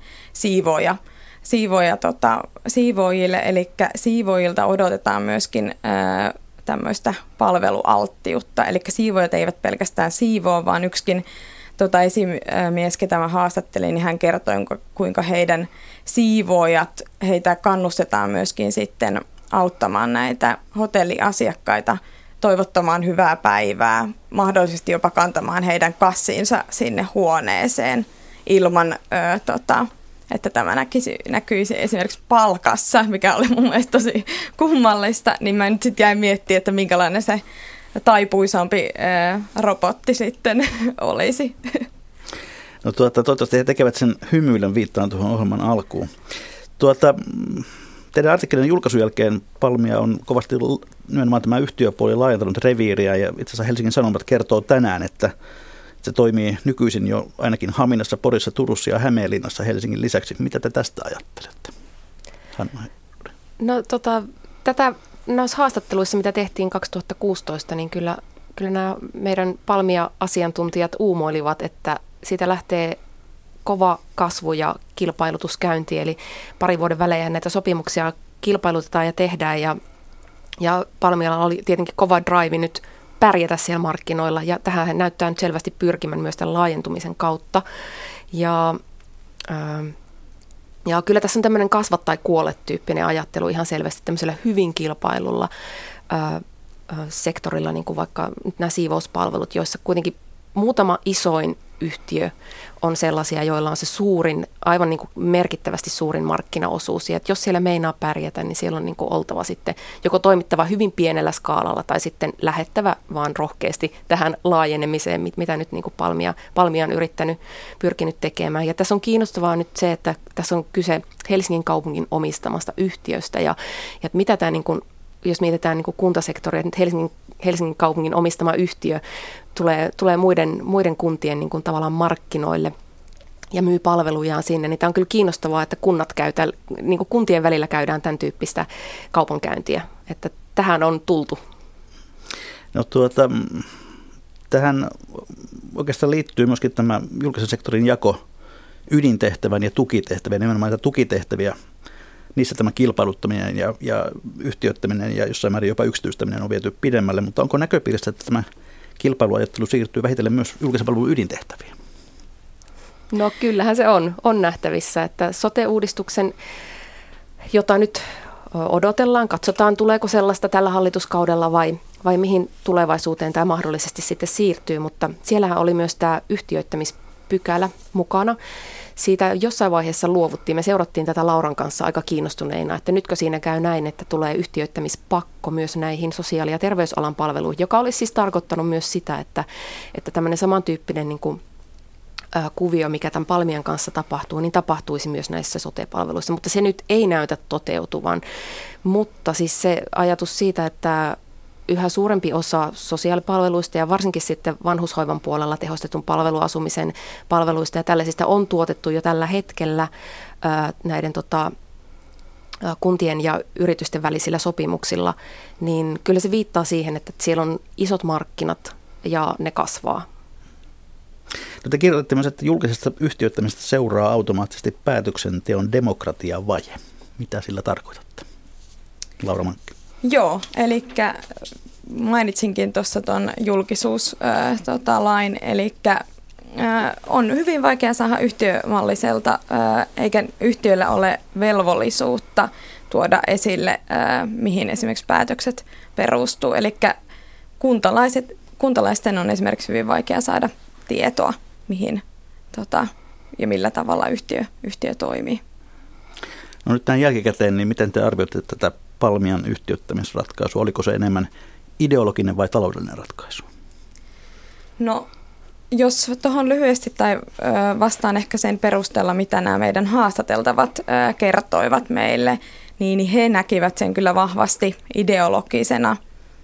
[SPEAKER 5] siivoojille, eli siivoojilta odotetaan myöskin tämmöistä palvelualttiutta, eli siivoojat eivät pelkästään siivoa, vaan yksikin esimies, ketä mä haastattelin, niin hän kertoi, kuinka heidän siivoojat, heitä kannustetaan myöskin sitten auttamaan näitä hotelliasiakkaita toivottamaan hyvää päivää, mahdollisesti jopa kantamaan heidän kassinsa sinne huoneeseen ilman että tämä näkyisi esimerkiksi palkassa, mikä oli mun mielestä tosi kummallista, niin mä nyt sitten jäin miettimään, että minkälainen se taipuisampi robotti sitten olisi.
[SPEAKER 3] No toivottavasti he tekevät sen hymyillen, viittaan tuohon ohjelman alkuun. Teidän artikkelin julkaisun jälkeen Palmia on kovasti nimenomaan tämä yhtiöpuoli laajentanut reviiriä ja itse asiassa Helsingin Sanomat kertoo tänään, että se toimii nykyisin jo ainakin Haminassa, Porissa, Turussa ja Hämeenlinnassa Helsingin lisäksi. Mitä te tästä ajattelette, Hanna?
[SPEAKER 4] No tätä noissa haastatteluissa, mitä tehtiin 2016, niin kyllä nämä meidän Palmia-asiantuntijat uumoilivat, että siitä lähtee kova kasvu ja kilpailutuskäynti, eli parin vuoden välein näitä sopimuksia kilpailutetaan ja tehdään, ja Palmialla oli tietenkin kova drive nyt pärjätä siellä markkinoilla, ja tähän näyttää nyt selvästi pyrkimän myös tämän laajentumisen kautta. Ja kyllä tässä on tämmöinen kasva tai kuole -tyyppinen ajattelu ihan selvästi tämmöisellä hyvin kilpailulla sektorilla, niin kuin vaikka nyt nämä siivouspalvelut, joissa kuitenkin muutama isoin yhtiö on sellaisia, joilla on se suurin, aivan niin kuin merkittävästi suurin markkinaosuus. Ja että jos siellä meinaa pärjätä, niin siellä on niin kuin oltava sitten joko toimittava hyvin pienellä skaalalla tai sitten lähettävä vaan rohkeasti tähän laajenemiseen, mitä nyt niin kuin Palmia on pyrkinyt tekemään. Ja tässä on kiinnostavaa nyt se, että tässä on kyse Helsingin kaupungin omistamasta yhtiöstä ja että mitä tämä niin kuin, jos mietitään niin kuin kuntasektoria, että Helsingin kaupungin omistama yhtiö tulee muiden kuntien niin kuin tavallaan markkinoille ja myy palvelujaan sinne, niin tämä on kyllä kiinnostavaa, että niin kuin kuntien välillä käydään tämän tyyppistä kaupankäyntiä, että tähän on tultu.
[SPEAKER 3] No tähän oikeastaan liittyy myöskin tämä julkisen sektorin jako ydintehtävän ja tukitehtäviä, nimenomaan näitä tukitehtäviä. Niissä tämä kilpailuttaminen ja yhtiöittäminen ja jossain määrin jopa yksityistäminen on viety pidemmälle, mutta onko näköpiirissä, että tämä kilpailuajattelu siirtyy vähitellen myös julkisen palvelun ydintehtäviin?
[SPEAKER 4] No kyllähän se on nähtävissä, että sote-uudistuksen, jota nyt odotellaan, katsotaan tuleeko sellaista tällä hallituskaudella vai mihin tulevaisuuteen tämä mahdollisesti sitten siirtyy, mutta siellähän oli myös tämä yhtiöittämispykälä mukana. Siitä jossain vaiheessa luovuttiin. Me seurattiin tätä Lauran kanssa aika kiinnostuneina, että nytkö siinä käy näin, että tulee yhtiöittämispakko myös näihin sosiaali- ja terveysalan palveluihin, joka olisi siis tarkoittanut myös sitä, että tämmöinen samantyyppinen niin kuin kuvio, mikä tämän Palmian kanssa tapahtuu, niin tapahtuisi myös näissä sote-palveluissa. Mutta se nyt ei näytä toteutuvan. Mutta siis se ajatus siitä, että yhä suurempi osa sosiaalipalveluista ja varsinkin sitten vanhushoivan puolella tehostetun palveluasumisen palveluista ja tällaisista on tuotettu jo tällä hetkellä näiden kuntien ja yritysten välisillä sopimuksilla, niin kyllä se viittaa siihen, että siellä on isot markkinat ja ne kasvaa.
[SPEAKER 3] No te kirjoitatte myös, että julkisesta yhtiöittämisestä seuraa automaattisesti päätöksenteon demokratiavaje. Mitä sillä tarkoitatte? Laura Mankki.
[SPEAKER 5] Joo, eli mainitsinkin tuossa tuon julkisuuslain, eli on hyvin vaikea saada yhtiömalliselta, eikä yhtiöllä ole velvollisuutta tuoda esille, mihin esimerkiksi päätökset perustuu. Eli kuntalaisten on esimerkiksi hyvin vaikea saada tietoa, mihin ja millä tavalla yhtiö toimii.
[SPEAKER 3] No nyt tämän jälkikäteen, niin miten te arvioitte tätä Palmian yhtiöittämisratkaisua? Oliko se enemmän ideologinen vai taloudellinen ratkaisu? No,
[SPEAKER 5] jos tuohon lyhyesti tai vastaan ehkä sen perusteella, mitä nämä meidän haastateltavat kertoivat meille, niin he näkivät sen kyllä vahvasti ideologisena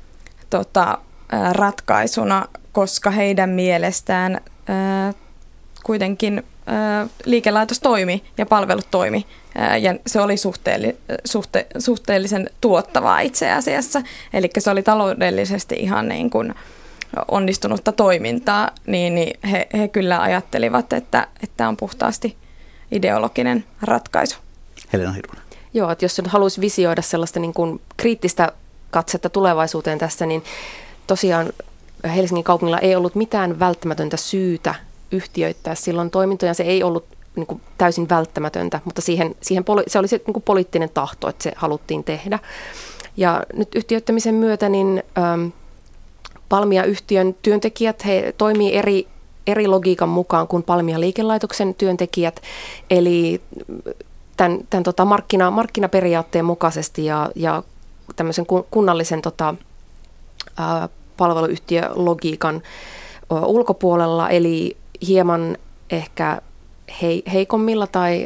[SPEAKER 5] ratkaisuna, koska heidän mielestään kuitenkin liikelaitos toimi ja palvelut toimi ja se oli suhteellisen tuottavaa itse asiassa. Eli se oli taloudellisesti ihan niin kuin onnistunutta toimintaa, niin he kyllä ajattelivat, että on puhtaasti ideologinen ratkaisu.
[SPEAKER 3] Helena Hirvonen.
[SPEAKER 4] Joo, että jos haluaisi visioida sellaista niin kuin kriittistä katsetta tulevaisuuteen tässä, niin tosiaan Helsingin kaupungilla ei ollut mitään välttämätöntä syytä yhtiöittää silloin toimintoja. Se ei ollut niin kuin täysin välttämätöntä, mutta se oli se niin kuin poliittinen tahto, että se haluttiin tehdä. Ja nyt yhtiöittämisen myötä niin Palmia-yhtiön työntekijät, he toimii eri logiikan mukaan kuin Palmia-liikelaitoksen työntekijät, eli tämän markkinaperiaatteen mukaisesti ja tämmöisen kunnallisen palveluyhtiölogiikan ulkopuolella, eli hieman ehkä heikommilla tai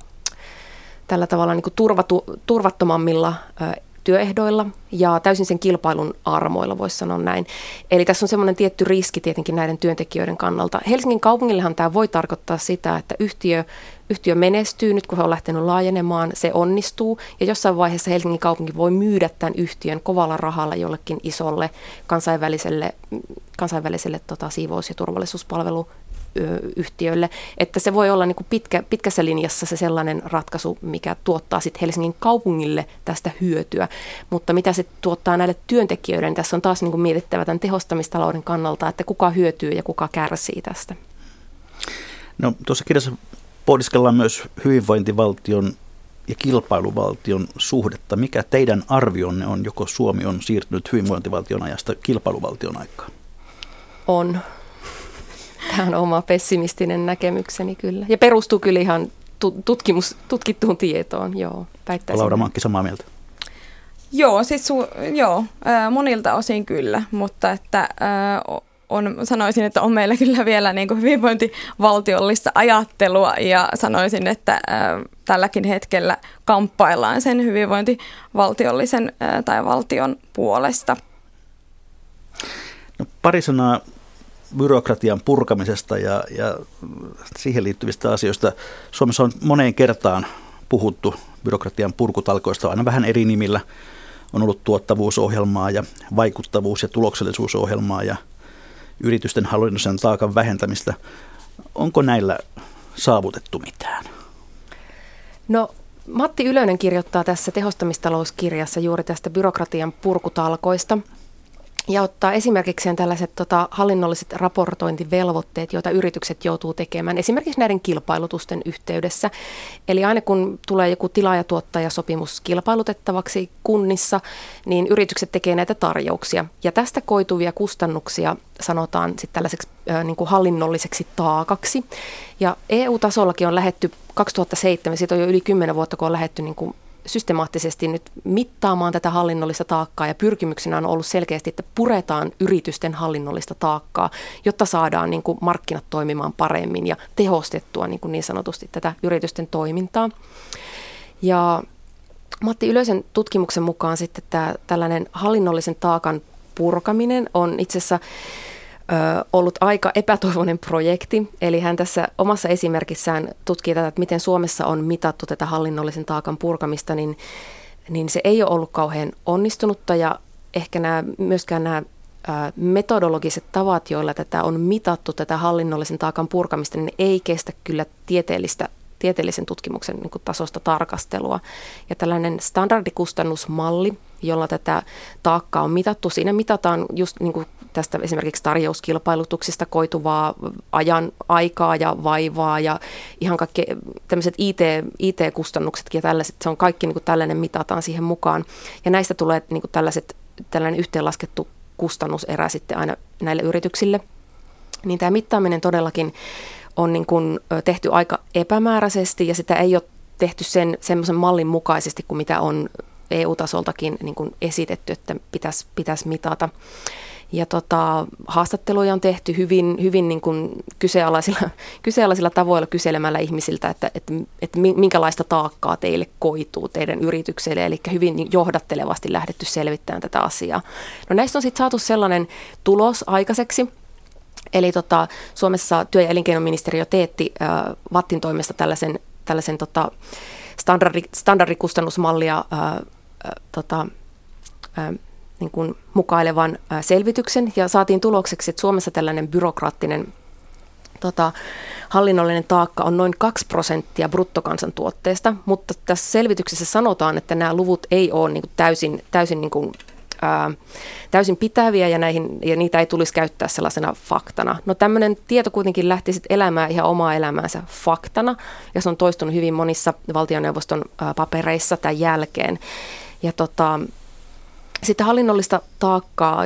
[SPEAKER 4] tällä tavalla niin kuin turvattomammilla työehdoilla ja täysin sen kilpailun armoilla, voisi sanoa näin. Eli tässä on semmoinen tietty riski tietenkin näiden työntekijöiden kannalta. Helsingin kaupungillehan tämä voi tarkoittaa sitä, että yhtiö menestyy nyt, kun he on lähtenyt laajenemaan, se onnistuu ja jossain vaiheessa Helsingin kaupunki voi myydä tämän yhtiön kovalla rahalla jollekin isolle kansainväliselle siivous- ja turvallisuuspalveluyhtiölle, että se voi olla niin kuin pitkässä linjassa se sellainen ratkaisu, mikä tuottaa sitten Helsingin kaupungille tästä hyötyä, mutta mitä se tuottaa näille työntekijöille, niin tässä on taas niin kuin mietittävä tämän tehostamistalouden kannalta, että kuka hyötyy ja kuka kärsii tästä.
[SPEAKER 3] No tuossa kirjassa pohdiskellaan myös hyvinvointivaltion ja kilpailuvaltion suhdetta. Mikä teidän arvionne on, joko Suomi on siirtynyt hyvinvointivaltion ajasta kilpailuvaltion aikaan?
[SPEAKER 4] On. Tämä on oma pessimistinen näkemykseni kyllä. Ja perustuu kyllä ihan tutkittuun tietoon, joo.
[SPEAKER 3] Laura Mankki, samaa mieltä?
[SPEAKER 5] Joo, siis monilta osin kyllä, mutta että sanoisin, että on meillä kyllä vielä niin kuin hyvinvointivaltiollista ajattelua ja sanoisin, että tälläkin hetkellä kamppaillaan sen hyvinvointivaltiollisen tai valtion puolesta.
[SPEAKER 3] No, pari sanaa byrokratian purkamisesta ja siihen liittyvistä asioista. Suomessa on moneen kertaan puhuttu byrokratian purkutalkoista aina vähän eri nimillä. On ollut tuottavuusohjelmaa ja vaikuttavuus- ja tuloksellisuusohjelmaa ja yritysten hallinnollisen taakan vähentämistä. Onko näillä saavutettu mitään? No,
[SPEAKER 4] Matti Ylönen kirjoittaa tässä tehostamistalouskirjassa juuri tästä byrokratian purkutalkoista ja ottaa esimerkiksi tällaiset hallinnolliset raportointivelvoitteet, joita yritykset joutuu tekemään esimerkiksi näiden kilpailutusten yhteydessä. Eli aina kun tulee joku tilaaja-tuottajasopimus kilpailutettavaksi kunnissa, niin yritykset tekee näitä tarjouksia. Ja tästä koituvia kustannuksia sanotaan sitten tällaiseksi niin kuin hallinnolliseksi taakaksi. Ja EU-tasollakin on lähdetty 2007, siitä on jo yli 10 vuotta, kun on lähdetty niin kuin systemaattisesti nyt mittaamaan tätä hallinnollista taakkaa ja pyrkimyksenä on ollut selkeästi, että puretaan yritysten hallinnollista taakkaa, jotta saadaan niin kuin markkinat toimimaan paremmin ja tehostettua niin sanotusti tätä yritysten toimintaa. Ja Matti Ylösen tutkimuksen mukaan sitten tällainen hallinnollisen taakan purkaminen on itse asiassa ollut aika epätoivoinen projekti, eli hän tässä omassa esimerkissään tutkii tätä, että miten Suomessa on mitattu tätä hallinnollisen taakan purkamista, niin se ei ole ollut kauhean onnistunutta ja ehkä myöskään nämä metodologiset tavat, joilla tätä on mitattu, tätä hallinnollisen taakan purkamista, niin ne ei kestä kyllä tieteellisen tutkimuksen niin kuin tasosta tarkastelua. Ja tällainen standardikustannusmalli, jolla tätä taakkaa on mitattu, siinä mitataan just niin kuin tästä esimerkiksi tarjouskilpailutuksista koituvaa aikaa ja vaivaa ja ihan kaikki tämmöiset IT-kustannuksetkin ja tällaiset, se on kaikki niin kuin tällainen mitataan siihen mukaan. Ja näistä tulee niin kuin tällainen yhteenlaskettu kustannuserä sitten aina näille yrityksille. Niin tämä mittaaminen todellakin on niin kuin tehty aika epämääräisesti ja sitä ei ole tehty semmoisen mallin mukaisesti kuin mitä on EU-tasoltakin niin kuin esitetty, että pitäisi mitata. Ja haastatteluja on tehty hyvin niin kuin kyseenalaisilla tavoilla kyselemällä ihmisiltä, että minkälaista taakkaa teille koituu teidän yritykselle, eli hyvin johdattelevasti lähdetty selvittämään tätä asiaa. No näistä on sitten saatu sellainen tulos aikaiseksi, eli Suomessa työ- ja elinkeinoministeriö teetti VATTin toimesta tällaisen standardikustannusmallia niin kuin mukailevan selvityksen ja saatiin tulokseksi, että Suomessa tällainen byrokraattinen hallinnollinen taakka on noin 2% bruttokansantuotteesta, mutta tässä selvityksessä sanotaan, että nämä luvut ei ole niin kuin täysin niin kuin täysin pitäviä ja niitä ei tulisi käyttää sellaisena faktana. No tämmöinen tieto kuitenkin lähti sitten elämään ihan omaa elämäänsä faktana ja se on toistunut hyvin monissa valtioneuvoston papereissa tämän jälkeen. Ja sitten hallinnollista taakkaa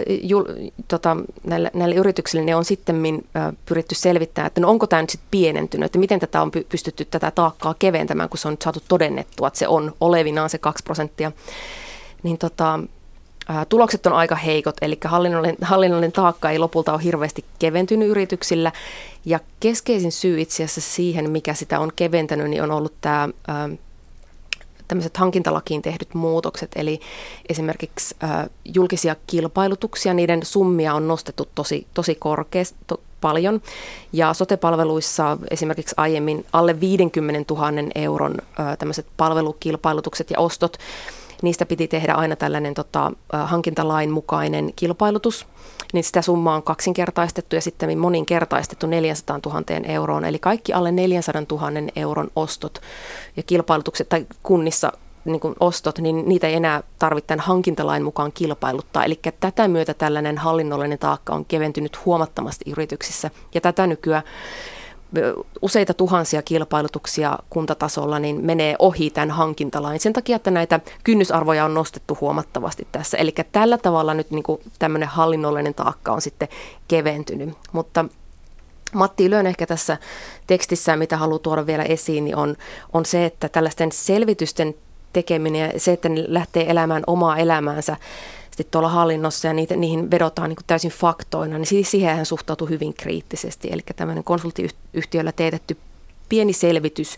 [SPEAKER 4] näille yrityksille ne on sitten pyritty selvittämään, että no onko tämä nyt sitten pienentynyt, että miten tätä on pystytty tätä taakkaa keventämään, kun se on nyt saatu todennettua, että se on olevinaan se 2%. Niin tulokset on aika heikot, eli hallinnollinen taakka ei lopulta ole hirveästi keventynyt yrityksillä. Ja keskeisin syy itse asiassa siihen, mikä sitä on keventänyt, niin on ollut tämä tämmöiset hankintalakiin tehdyt muutokset. Eli esimerkiksi julkisia kilpailutuksia, niiden summia on nostettu tosi korkeasti paljon. Ja sote-palveluissa esimerkiksi aiemmin alle 50 000 euron tämmöiset palvelukilpailutukset ja ostot, niistä piti tehdä aina tällainen hankintalain mukainen kilpailutus, niin sitä summaa on kaksinkertaistettu ja sitten moninkertaistettu 400 000 euroon. Eli kaikki alle 400 000 euron ostot ja kilpailutukset tai kunnissa niin kuin ostot, niin niitä ei enää tarvitse tämän hankintalain mukaan kilpailuttaa. Eli tätä myötä tällainen hallinnollinen taakka on keventynyt huomattavasti yrityksissä ja tätä nykyään useita tuhansia kilpailutuksia kuntatasolla niin menee ohi tämän hankintalain sen takia, että näitä kynnysarvoja on nostettu huomattavasti tässä. Eli tällä tavalla nyt niin kuin tämmöinen hallinnollinen taakka on sitten keventynyt. Mutta Matti Ylönen ehkä tässä tekstissään, mitä haluaa tuoda vielä esiin, niin on se, että tällaisten selvitysten tekeminen ja se, että ne lähtee elämään omaa elämäänsä sitten tuolla hallinnossa ja niihin vedotaan niin kuin täysin faktoina, niin siihen hän suhtautuu hyvin kriittisesti. Eli tämmöinen konsulttiyhtiöllä teetetty pieni selvitys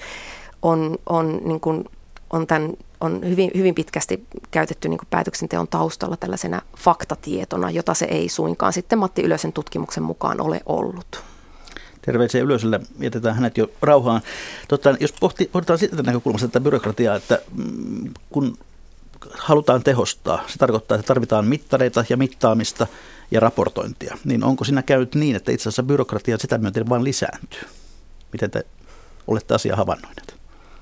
[SPEAKER 4] on hyvin, hyvin pitkästi käytetty niin kuin päätöksenteon taustalla tällaisena faktatietona, jota se ei suinkaan sitten Matti Ylösen tutkimuksen mukaan ole ollut.
[SPEAKER 3] Terveisiä Ylöselle, jätetään hänet jo rauhaan. Jos pohditaan siitä näkökulmasta tätä byrokratiaa, että kun halutaan tehostaa, se tarkoittaa, että tarvitaan mittareita ja mittaamista ja raportointia, niin onko siinä käynyt niin, että itse asiassa byrokratia sitä myöten vain lisääntyy? Miten te olette asiaa havainnoineet?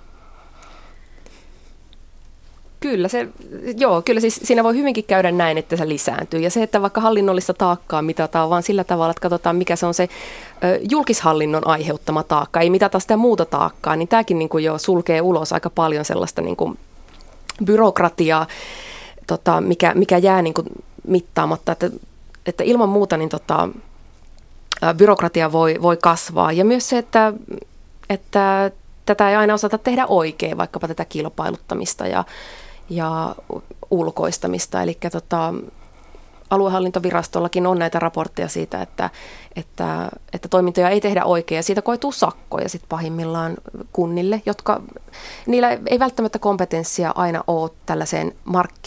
[SPEAKER 4] Kyllä siis siinä voi hyvinkin käydä näin, että se lisääntyy. Ja se, että vaikka hallinnollista taakkaa mitataan vaan sillä tavalla, että katsotaan mikä se on se julkishallinnon aiheuttama taakka, ei mitata sitä muuta taakkaa, niin tämäkin niin kuin jo sulkee ulos aika paljon sellaista niin kuin byrokratiaa, mikä jää niin kuin mittaamatta, että ilman muuta niin byrokratia voi kasvaa. Ja myös se, että tätä ei aina osata tehdä oikein, vaikkapa tätä kilpailuttamista ja ulkoistamista. Eli aluehallintovirastollakin on näitä raportteja siitä, että toimintoja ei tehdä oikein ja siitä koituu sakkoja sit pahimmillaan kunnille, jotka niillä ei välttämättä kompetenssia aina ole tällaiseen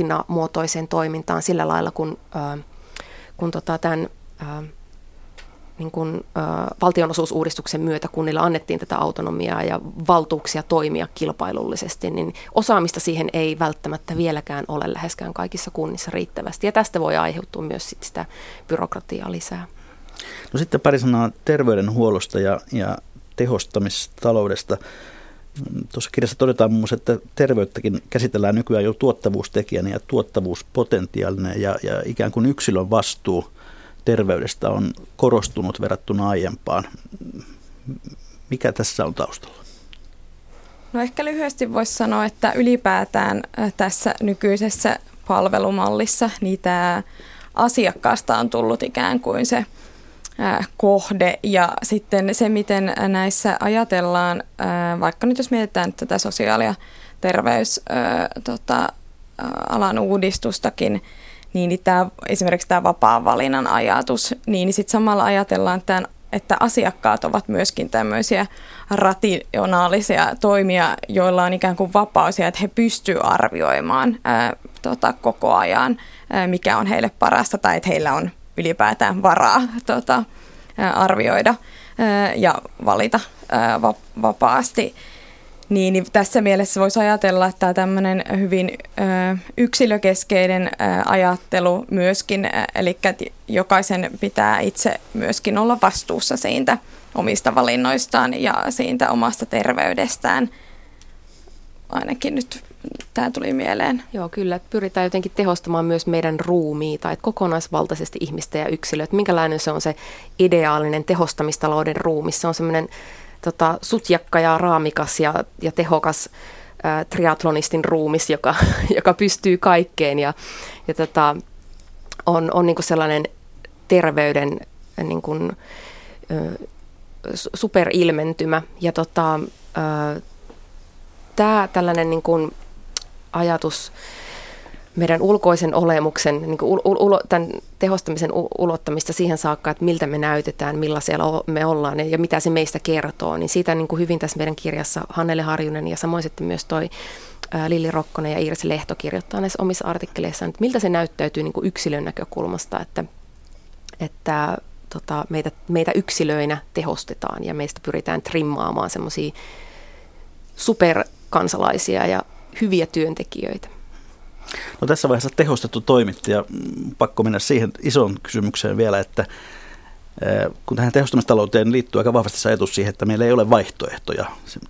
[SPEAKER 4] markkinamuotoiseen toimintaan sillä lailla, kun tämän niin kuin, valtionosuusuudistuksen myötä kunnilla annettiin tätä autonomiaa ja valtuuksia toimia kilpailullisesti, niin osaamista siihen ei välttämättä vieläkään ole läheskään kaikissa kunnissa riittävästi. Ja tästä voi aiheutua myös sitä byrokratiaa lisää.
[SPEAKER 3] No sitten pari sanaa terveydenhuollosta ja tehostamistaloudesta. Tuossa kirjassa todetaan muun muassa, että terveyttäkin käsitellään nykyään jo tuottavuustekijänä ja tuottavuuspotentiaalina ja ikään kuin yksilön vastuu terveydestä on korostunut verrattuna aiempaan. Mikä tässä on taustalla?
[SPEAKER 5] No ehkä lyhyesti voisi sanoa, että ylipäätään tässä nykyisessä palvelumallissa niin tämä asiakkaasta on tullut ikään kuin se kohde ja sitten se, miten näissä ajatellaan, vaikka nyt jos mietitään tätä sosiaali- ja terveysalan uudistustakin, niin esimerkiksi tämä vapaan valinnan ajatus, niin sitten samalla ajatellaan, että asiakkaat ovat myöskin tämmöisiä rationaalisia toimia, joilla on ikään kuin vapaus ja että he pystyvät arvioimaan koko ajan, mikä on heille parasta tai että heillä on ylipäätään varaa arvioida ja valita vapaasti. Niin tässä mielessä voisi ajatella, että tämä tämmöinen hyvin yksilökeskeinen ajattelu myöskin, eli jokaisen pitää itse myöskin olla vastuussa siitä omista valinnoistaan ja siitä omasta terveydestään. Ainakin nyt tämä tuli mieleen.
[SPEAKER 4] Joo, kyllä. Pyritään jotenkin tehostamaan myös meidän ruumiita, että kokonaisvaltaisesti ihmistä ja yksilöä. Minkälainen se on se ideaalinen tehostamistalouden ruumi? Se on semmoinen sutjakka ja raamikas ja tehokas triatlonistin ruumis, joka pystyy kaikkeen ja on niin kuin sellainen terveyden niin kuin, superilmentymä. Ja tämä tällainen niin kuin ajatus meidän ulkoisen olemuksen, niin kuin tämän tehostamisen ulottamista siihen saakka, että miltä me näytetään, millaisia me ollaan ja mitä se meistä kertoo, niin siitä niin kuin hyvin tässä meidän kirjassa Hannele Harjunen ja samoin sitten myös toi Lilli Rokkonen ja Iiris Lehto kirjoittaa näissä omissa artikkeleissaan, että miltä se näyttäytyy niin kuin yksilön näkökulmasta, että meitä yksilöinä tehostetaan ja meistä pyritään trimmaamaan semmoisia superkansalaisia ja hyviä työntekijöitä.
[SPEAKER 3] No tässä vaiheessa tehostettu toimittaja, pakko mennä siihen isoon kysymykseen vielä, että kun tähän tehostamistalouteen liittyy aika vahvasti se ajatus siihen, että meillä ei ole vaihtoehtoja.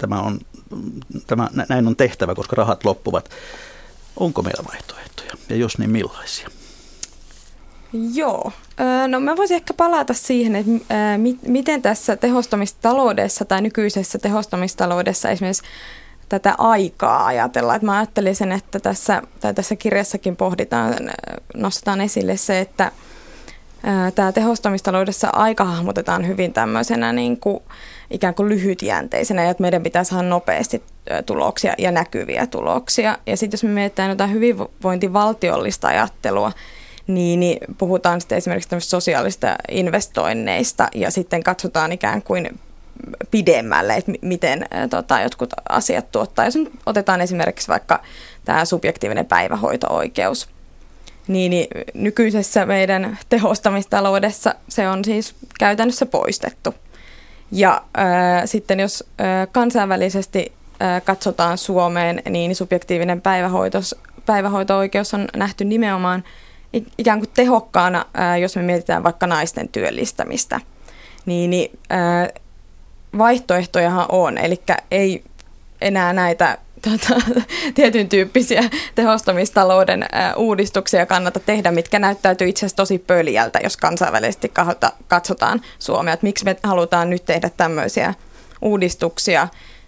[SPEAKER 3] Näin on tehtävä, koska rahat loppuvat. Onko meillä vaihtoehtoja ja jos niin millaisia?
[SPEAKER 5] Joo. No mä voisin ehkä palata siihen, että miten tässä tehostamistaloudessa tai nykyisessä tehostamistaloudessa esimerkiksi tätä aikaa ajatella. Että mä ajattelisin, että tässä kirjassakin nostetaan esille se, että tämä tehostamistaloudessa aika hahmotetaan hyvin tämmöisenä niin kuin ikään kuin lyhytjänteisenä, ja että meidän pitää saada nopeasti tuloksia ja näkyviä tuloksia. Ja sitten jos me mietitään jotain hyvinvointivaltiollista ajattelua, niin puhutaan sitten esimerkiksi tämmöistä sosiaalista investoinneista ja sitten katsotaan ikään kuin pidemmälle, että miten jotkut asiat tuottaa. Jos nyt otetaan esimerkiksi vaikka tämä subjektiivinen päivähoito-oikeus, niin nykyisessä meidän tehostamistaloudessa se on siis käytännössä poistettu. Ja sitten jos kansainvälisesti katsotaan Suomeen, niin subjektiivinen päivähoito-oikeus on nähty nimenomaan ikään kuin tehokkaana, jos me mietitään vaikka naisten työllistämistä. Niin vaihtoehtojahan on, eli ei enää näitä tietyn tyyppisiä tehostamistalouden uudistuksia kannata tehdä, mitkä näyttäytyy itse asiassa tosi pöljältä, jos kansainvälisesti katsotaan Suomea. Että miksi me halutaan nyt tehdä tämmöisiä uudistuksia,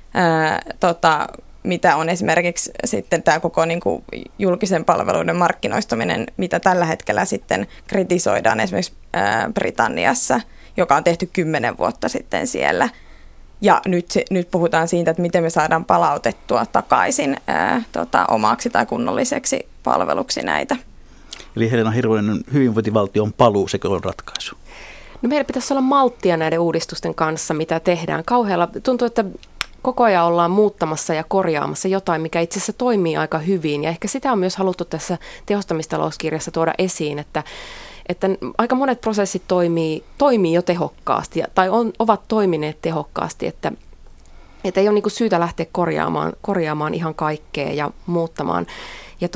[SPEAKER 5] mitä on esimerkiksi sitten tämä koko niin kuin julkisen palveluiden markkinoistaminen, mitä tällä hetkellä sitten kritisoidaan esimerkiksi Britanniassa, joka on tehty 10 vuotta sitten siellä. Ja nyt puhutaan siitä, että miten me saadaan palautettua takaisin omaksi tai kunnolliseksi palveluksi näitä.
[SPEAKER 3] Eli Helena Hirvonen, hyvinvointivaltion paluu, sekö on ratkaisu?
[SPEAKER 4] No meillä pitäisi olla malttia näiden uudistusten kanssa, mitä tehdään. Kauhealla tuntuu, että koko ajan ollaan muuttamassa ja korjaamassa jotain, mikä itse asiassa toimii aika hyvin. Ja ehkä sitä on myös haluttu tässä tehostamistalouskirjassa tuoda esiin, että että aika monet prosessit toimii jo tehokkaasti tai ovat toimineet tehokkaasti, että ei ole niin kuin syytä lähteä korjaamaan ihan kaikkea ja muuttamaan. Ja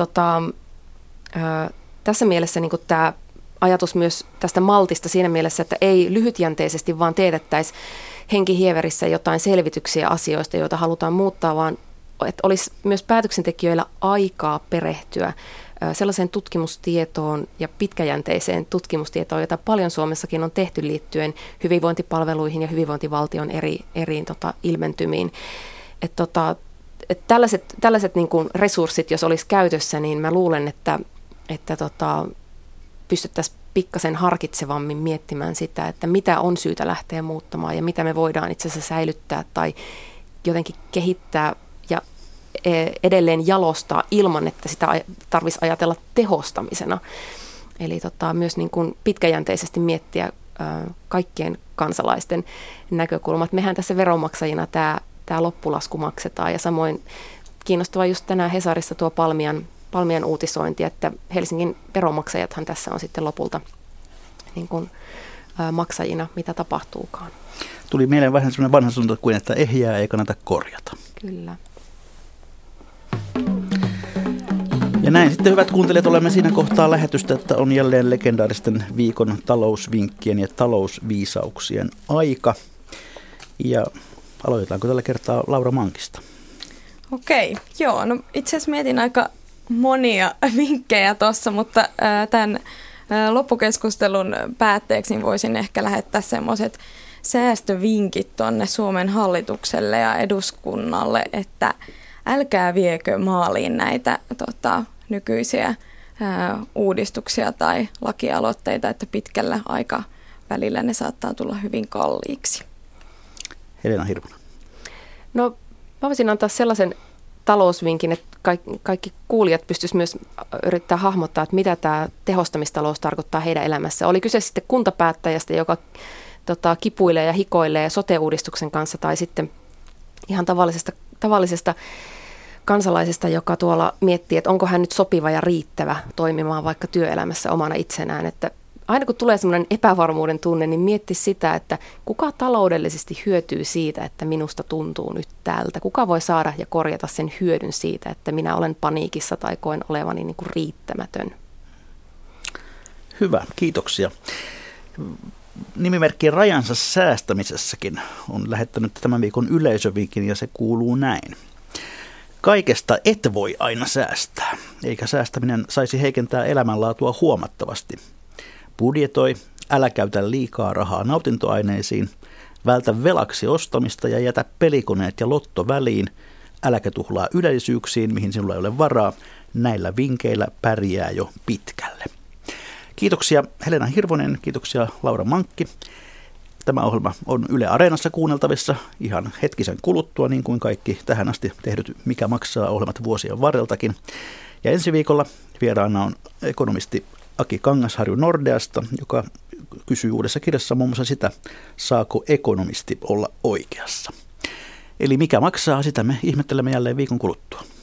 [SPEAKER 4] tässä mielessä niin kuin tämä ajatus myös tästä maltista siinä mielessä, että ei lyhytjänteisesti vaan teetettäisi henkihieverissä jotain selvityksiä asioista, joita halutaan muuttaa, vaan että olisi myös päätöksentekijöillä aikaa perehtyä sellaiseen tutkimustietoon ja pitkäjänteiseen tutkimustietoon, jota paljon Suomessakin on tehty liittyen hyvinvointipalveluihin ja hyvinvointivaltion eri ilmentymiin. Että tällaiset niin kuin resurssit, jos olisi käytössä, niin mä luulen, että pystyttäisiin pikkasen harkitsevammin miettimään sitä, että mitä on syytä lähteä muuttamaan ja mitä me voidaan itse asiassa säilyttää tai jotenkin kehittää ja edelleen jalostaa ilman, että sitä tarvitsisi ajatella tehostamisena. Eli myös niin kuin pitkäjänteisesti miettiä kaikkien kansalaisten näkökulmat. Mehän tässä veronmaksajina tämä loppulasku maksetaan ja samoin kiinnostava just tänään Hesarissa tuo Palmian uutisointi, että Helsingin veronmaksajathan tässä on sitten lopulta niin kuin, maksajina, mitä tapahtuukaan.
[SPEAKER 3] Tuli mieleen vähän sellainen vanha sanonta kuin, että ehjää ei kannata korjata.
[SPEAKER 4] Kyllä.
[SPEAKER 3] Ja näin sitten, hyvät kuuntelijat, olemme siinä kohtaa lähetystä, että on jälleen legendaaristen viikon talousvinkkien ja talousviisauksien aika. Ja aloitetaanko tällä kertaa Laura Mankista?
[SPEAKER 5] Okei, joo. No itse asiassa mietin aika monia vinkkejä tuossa, mutta tämän loppukeskustelun päätteeksi niin voisin ehkä lähettää semmoiset säästövinkit tuonne Suomen hallitukselle ja eduskunnalle, että älkää viekö maaliin näitä nykyisiä uudistuksia tai lakialoitteita, että pitkällä aikavälillä ne saattaa tulla hyvin kalliiksi.
[SPEAKER 3] Helena Hirvonen.
[SPEAKER 4] No mä voisin antaa sellaisen talousvinkin, että kaikki kuulijat pystyisivät myös yrittää hahmottaa, että mitä tämä tehostamistalous tarkoittaa heidän elämässä. Oli kyse sitten kuntapäättäjästä, joka kipuilee ja hikoilee sote-uudistuksen kanssa, tai sitten ihan tavallisesta kansalaisesta, joka tuolla miettii, että onko hän nyt sopiva ja riittävä toimimaan vaikka työelämässä omana itsenään. Että aina kun tulee semmoinen epävarmuuden tunne, niin mietti sitä, että kuka taloudellisesti hyötyy siitä, että minusta tuntuu nyt tältä. Kuka voi saada ja korjata sen hyödyn siitä, että minä olen paniikissa tai koen olevani niin kuin riittämätön.
[SPEAKER 3] Hyvä, kiitoksia. Nimimerkki Rajansa säästämisessäkin on lähettänyt tämän viikon yleisövinkin ja se kuuluu näin. Kaikesta et voi aina säästää, eikä säästäminen saisi heikentää elämänlaatua huomattavasti. Budjetoi, älä käytä liikaa rahaa nautintoaineisiin, vältä velaksi ostamista ja jätä pelikoneet ja lotto väliin, äläkä tuhlaa yleisyyksiin, mihin sinulla ei ole varaa. Näillä vinkeillä pärjää jo pitkälle. Kiitoksia Helena Hirvonen, kiitoksia Laura Mankki. Tämä ohjelma on Yle Areenassa kuunneltavissa ihan hetkisen kuluttua, niin kuin kaikki tähän asti tehdyt Mikä maksaa -ohjelmat vuosien varreltakin. Ja ensi viikolla vieraana on ekonomisti Aki Kangasharju Nordeasta, joka kysyy uudessa kirjassa muun muassa sitä, saako ekonomisti olla oikeassa. Eli mikä maksaa, sitä me ihmettelemme jälleen viikon kuluttua.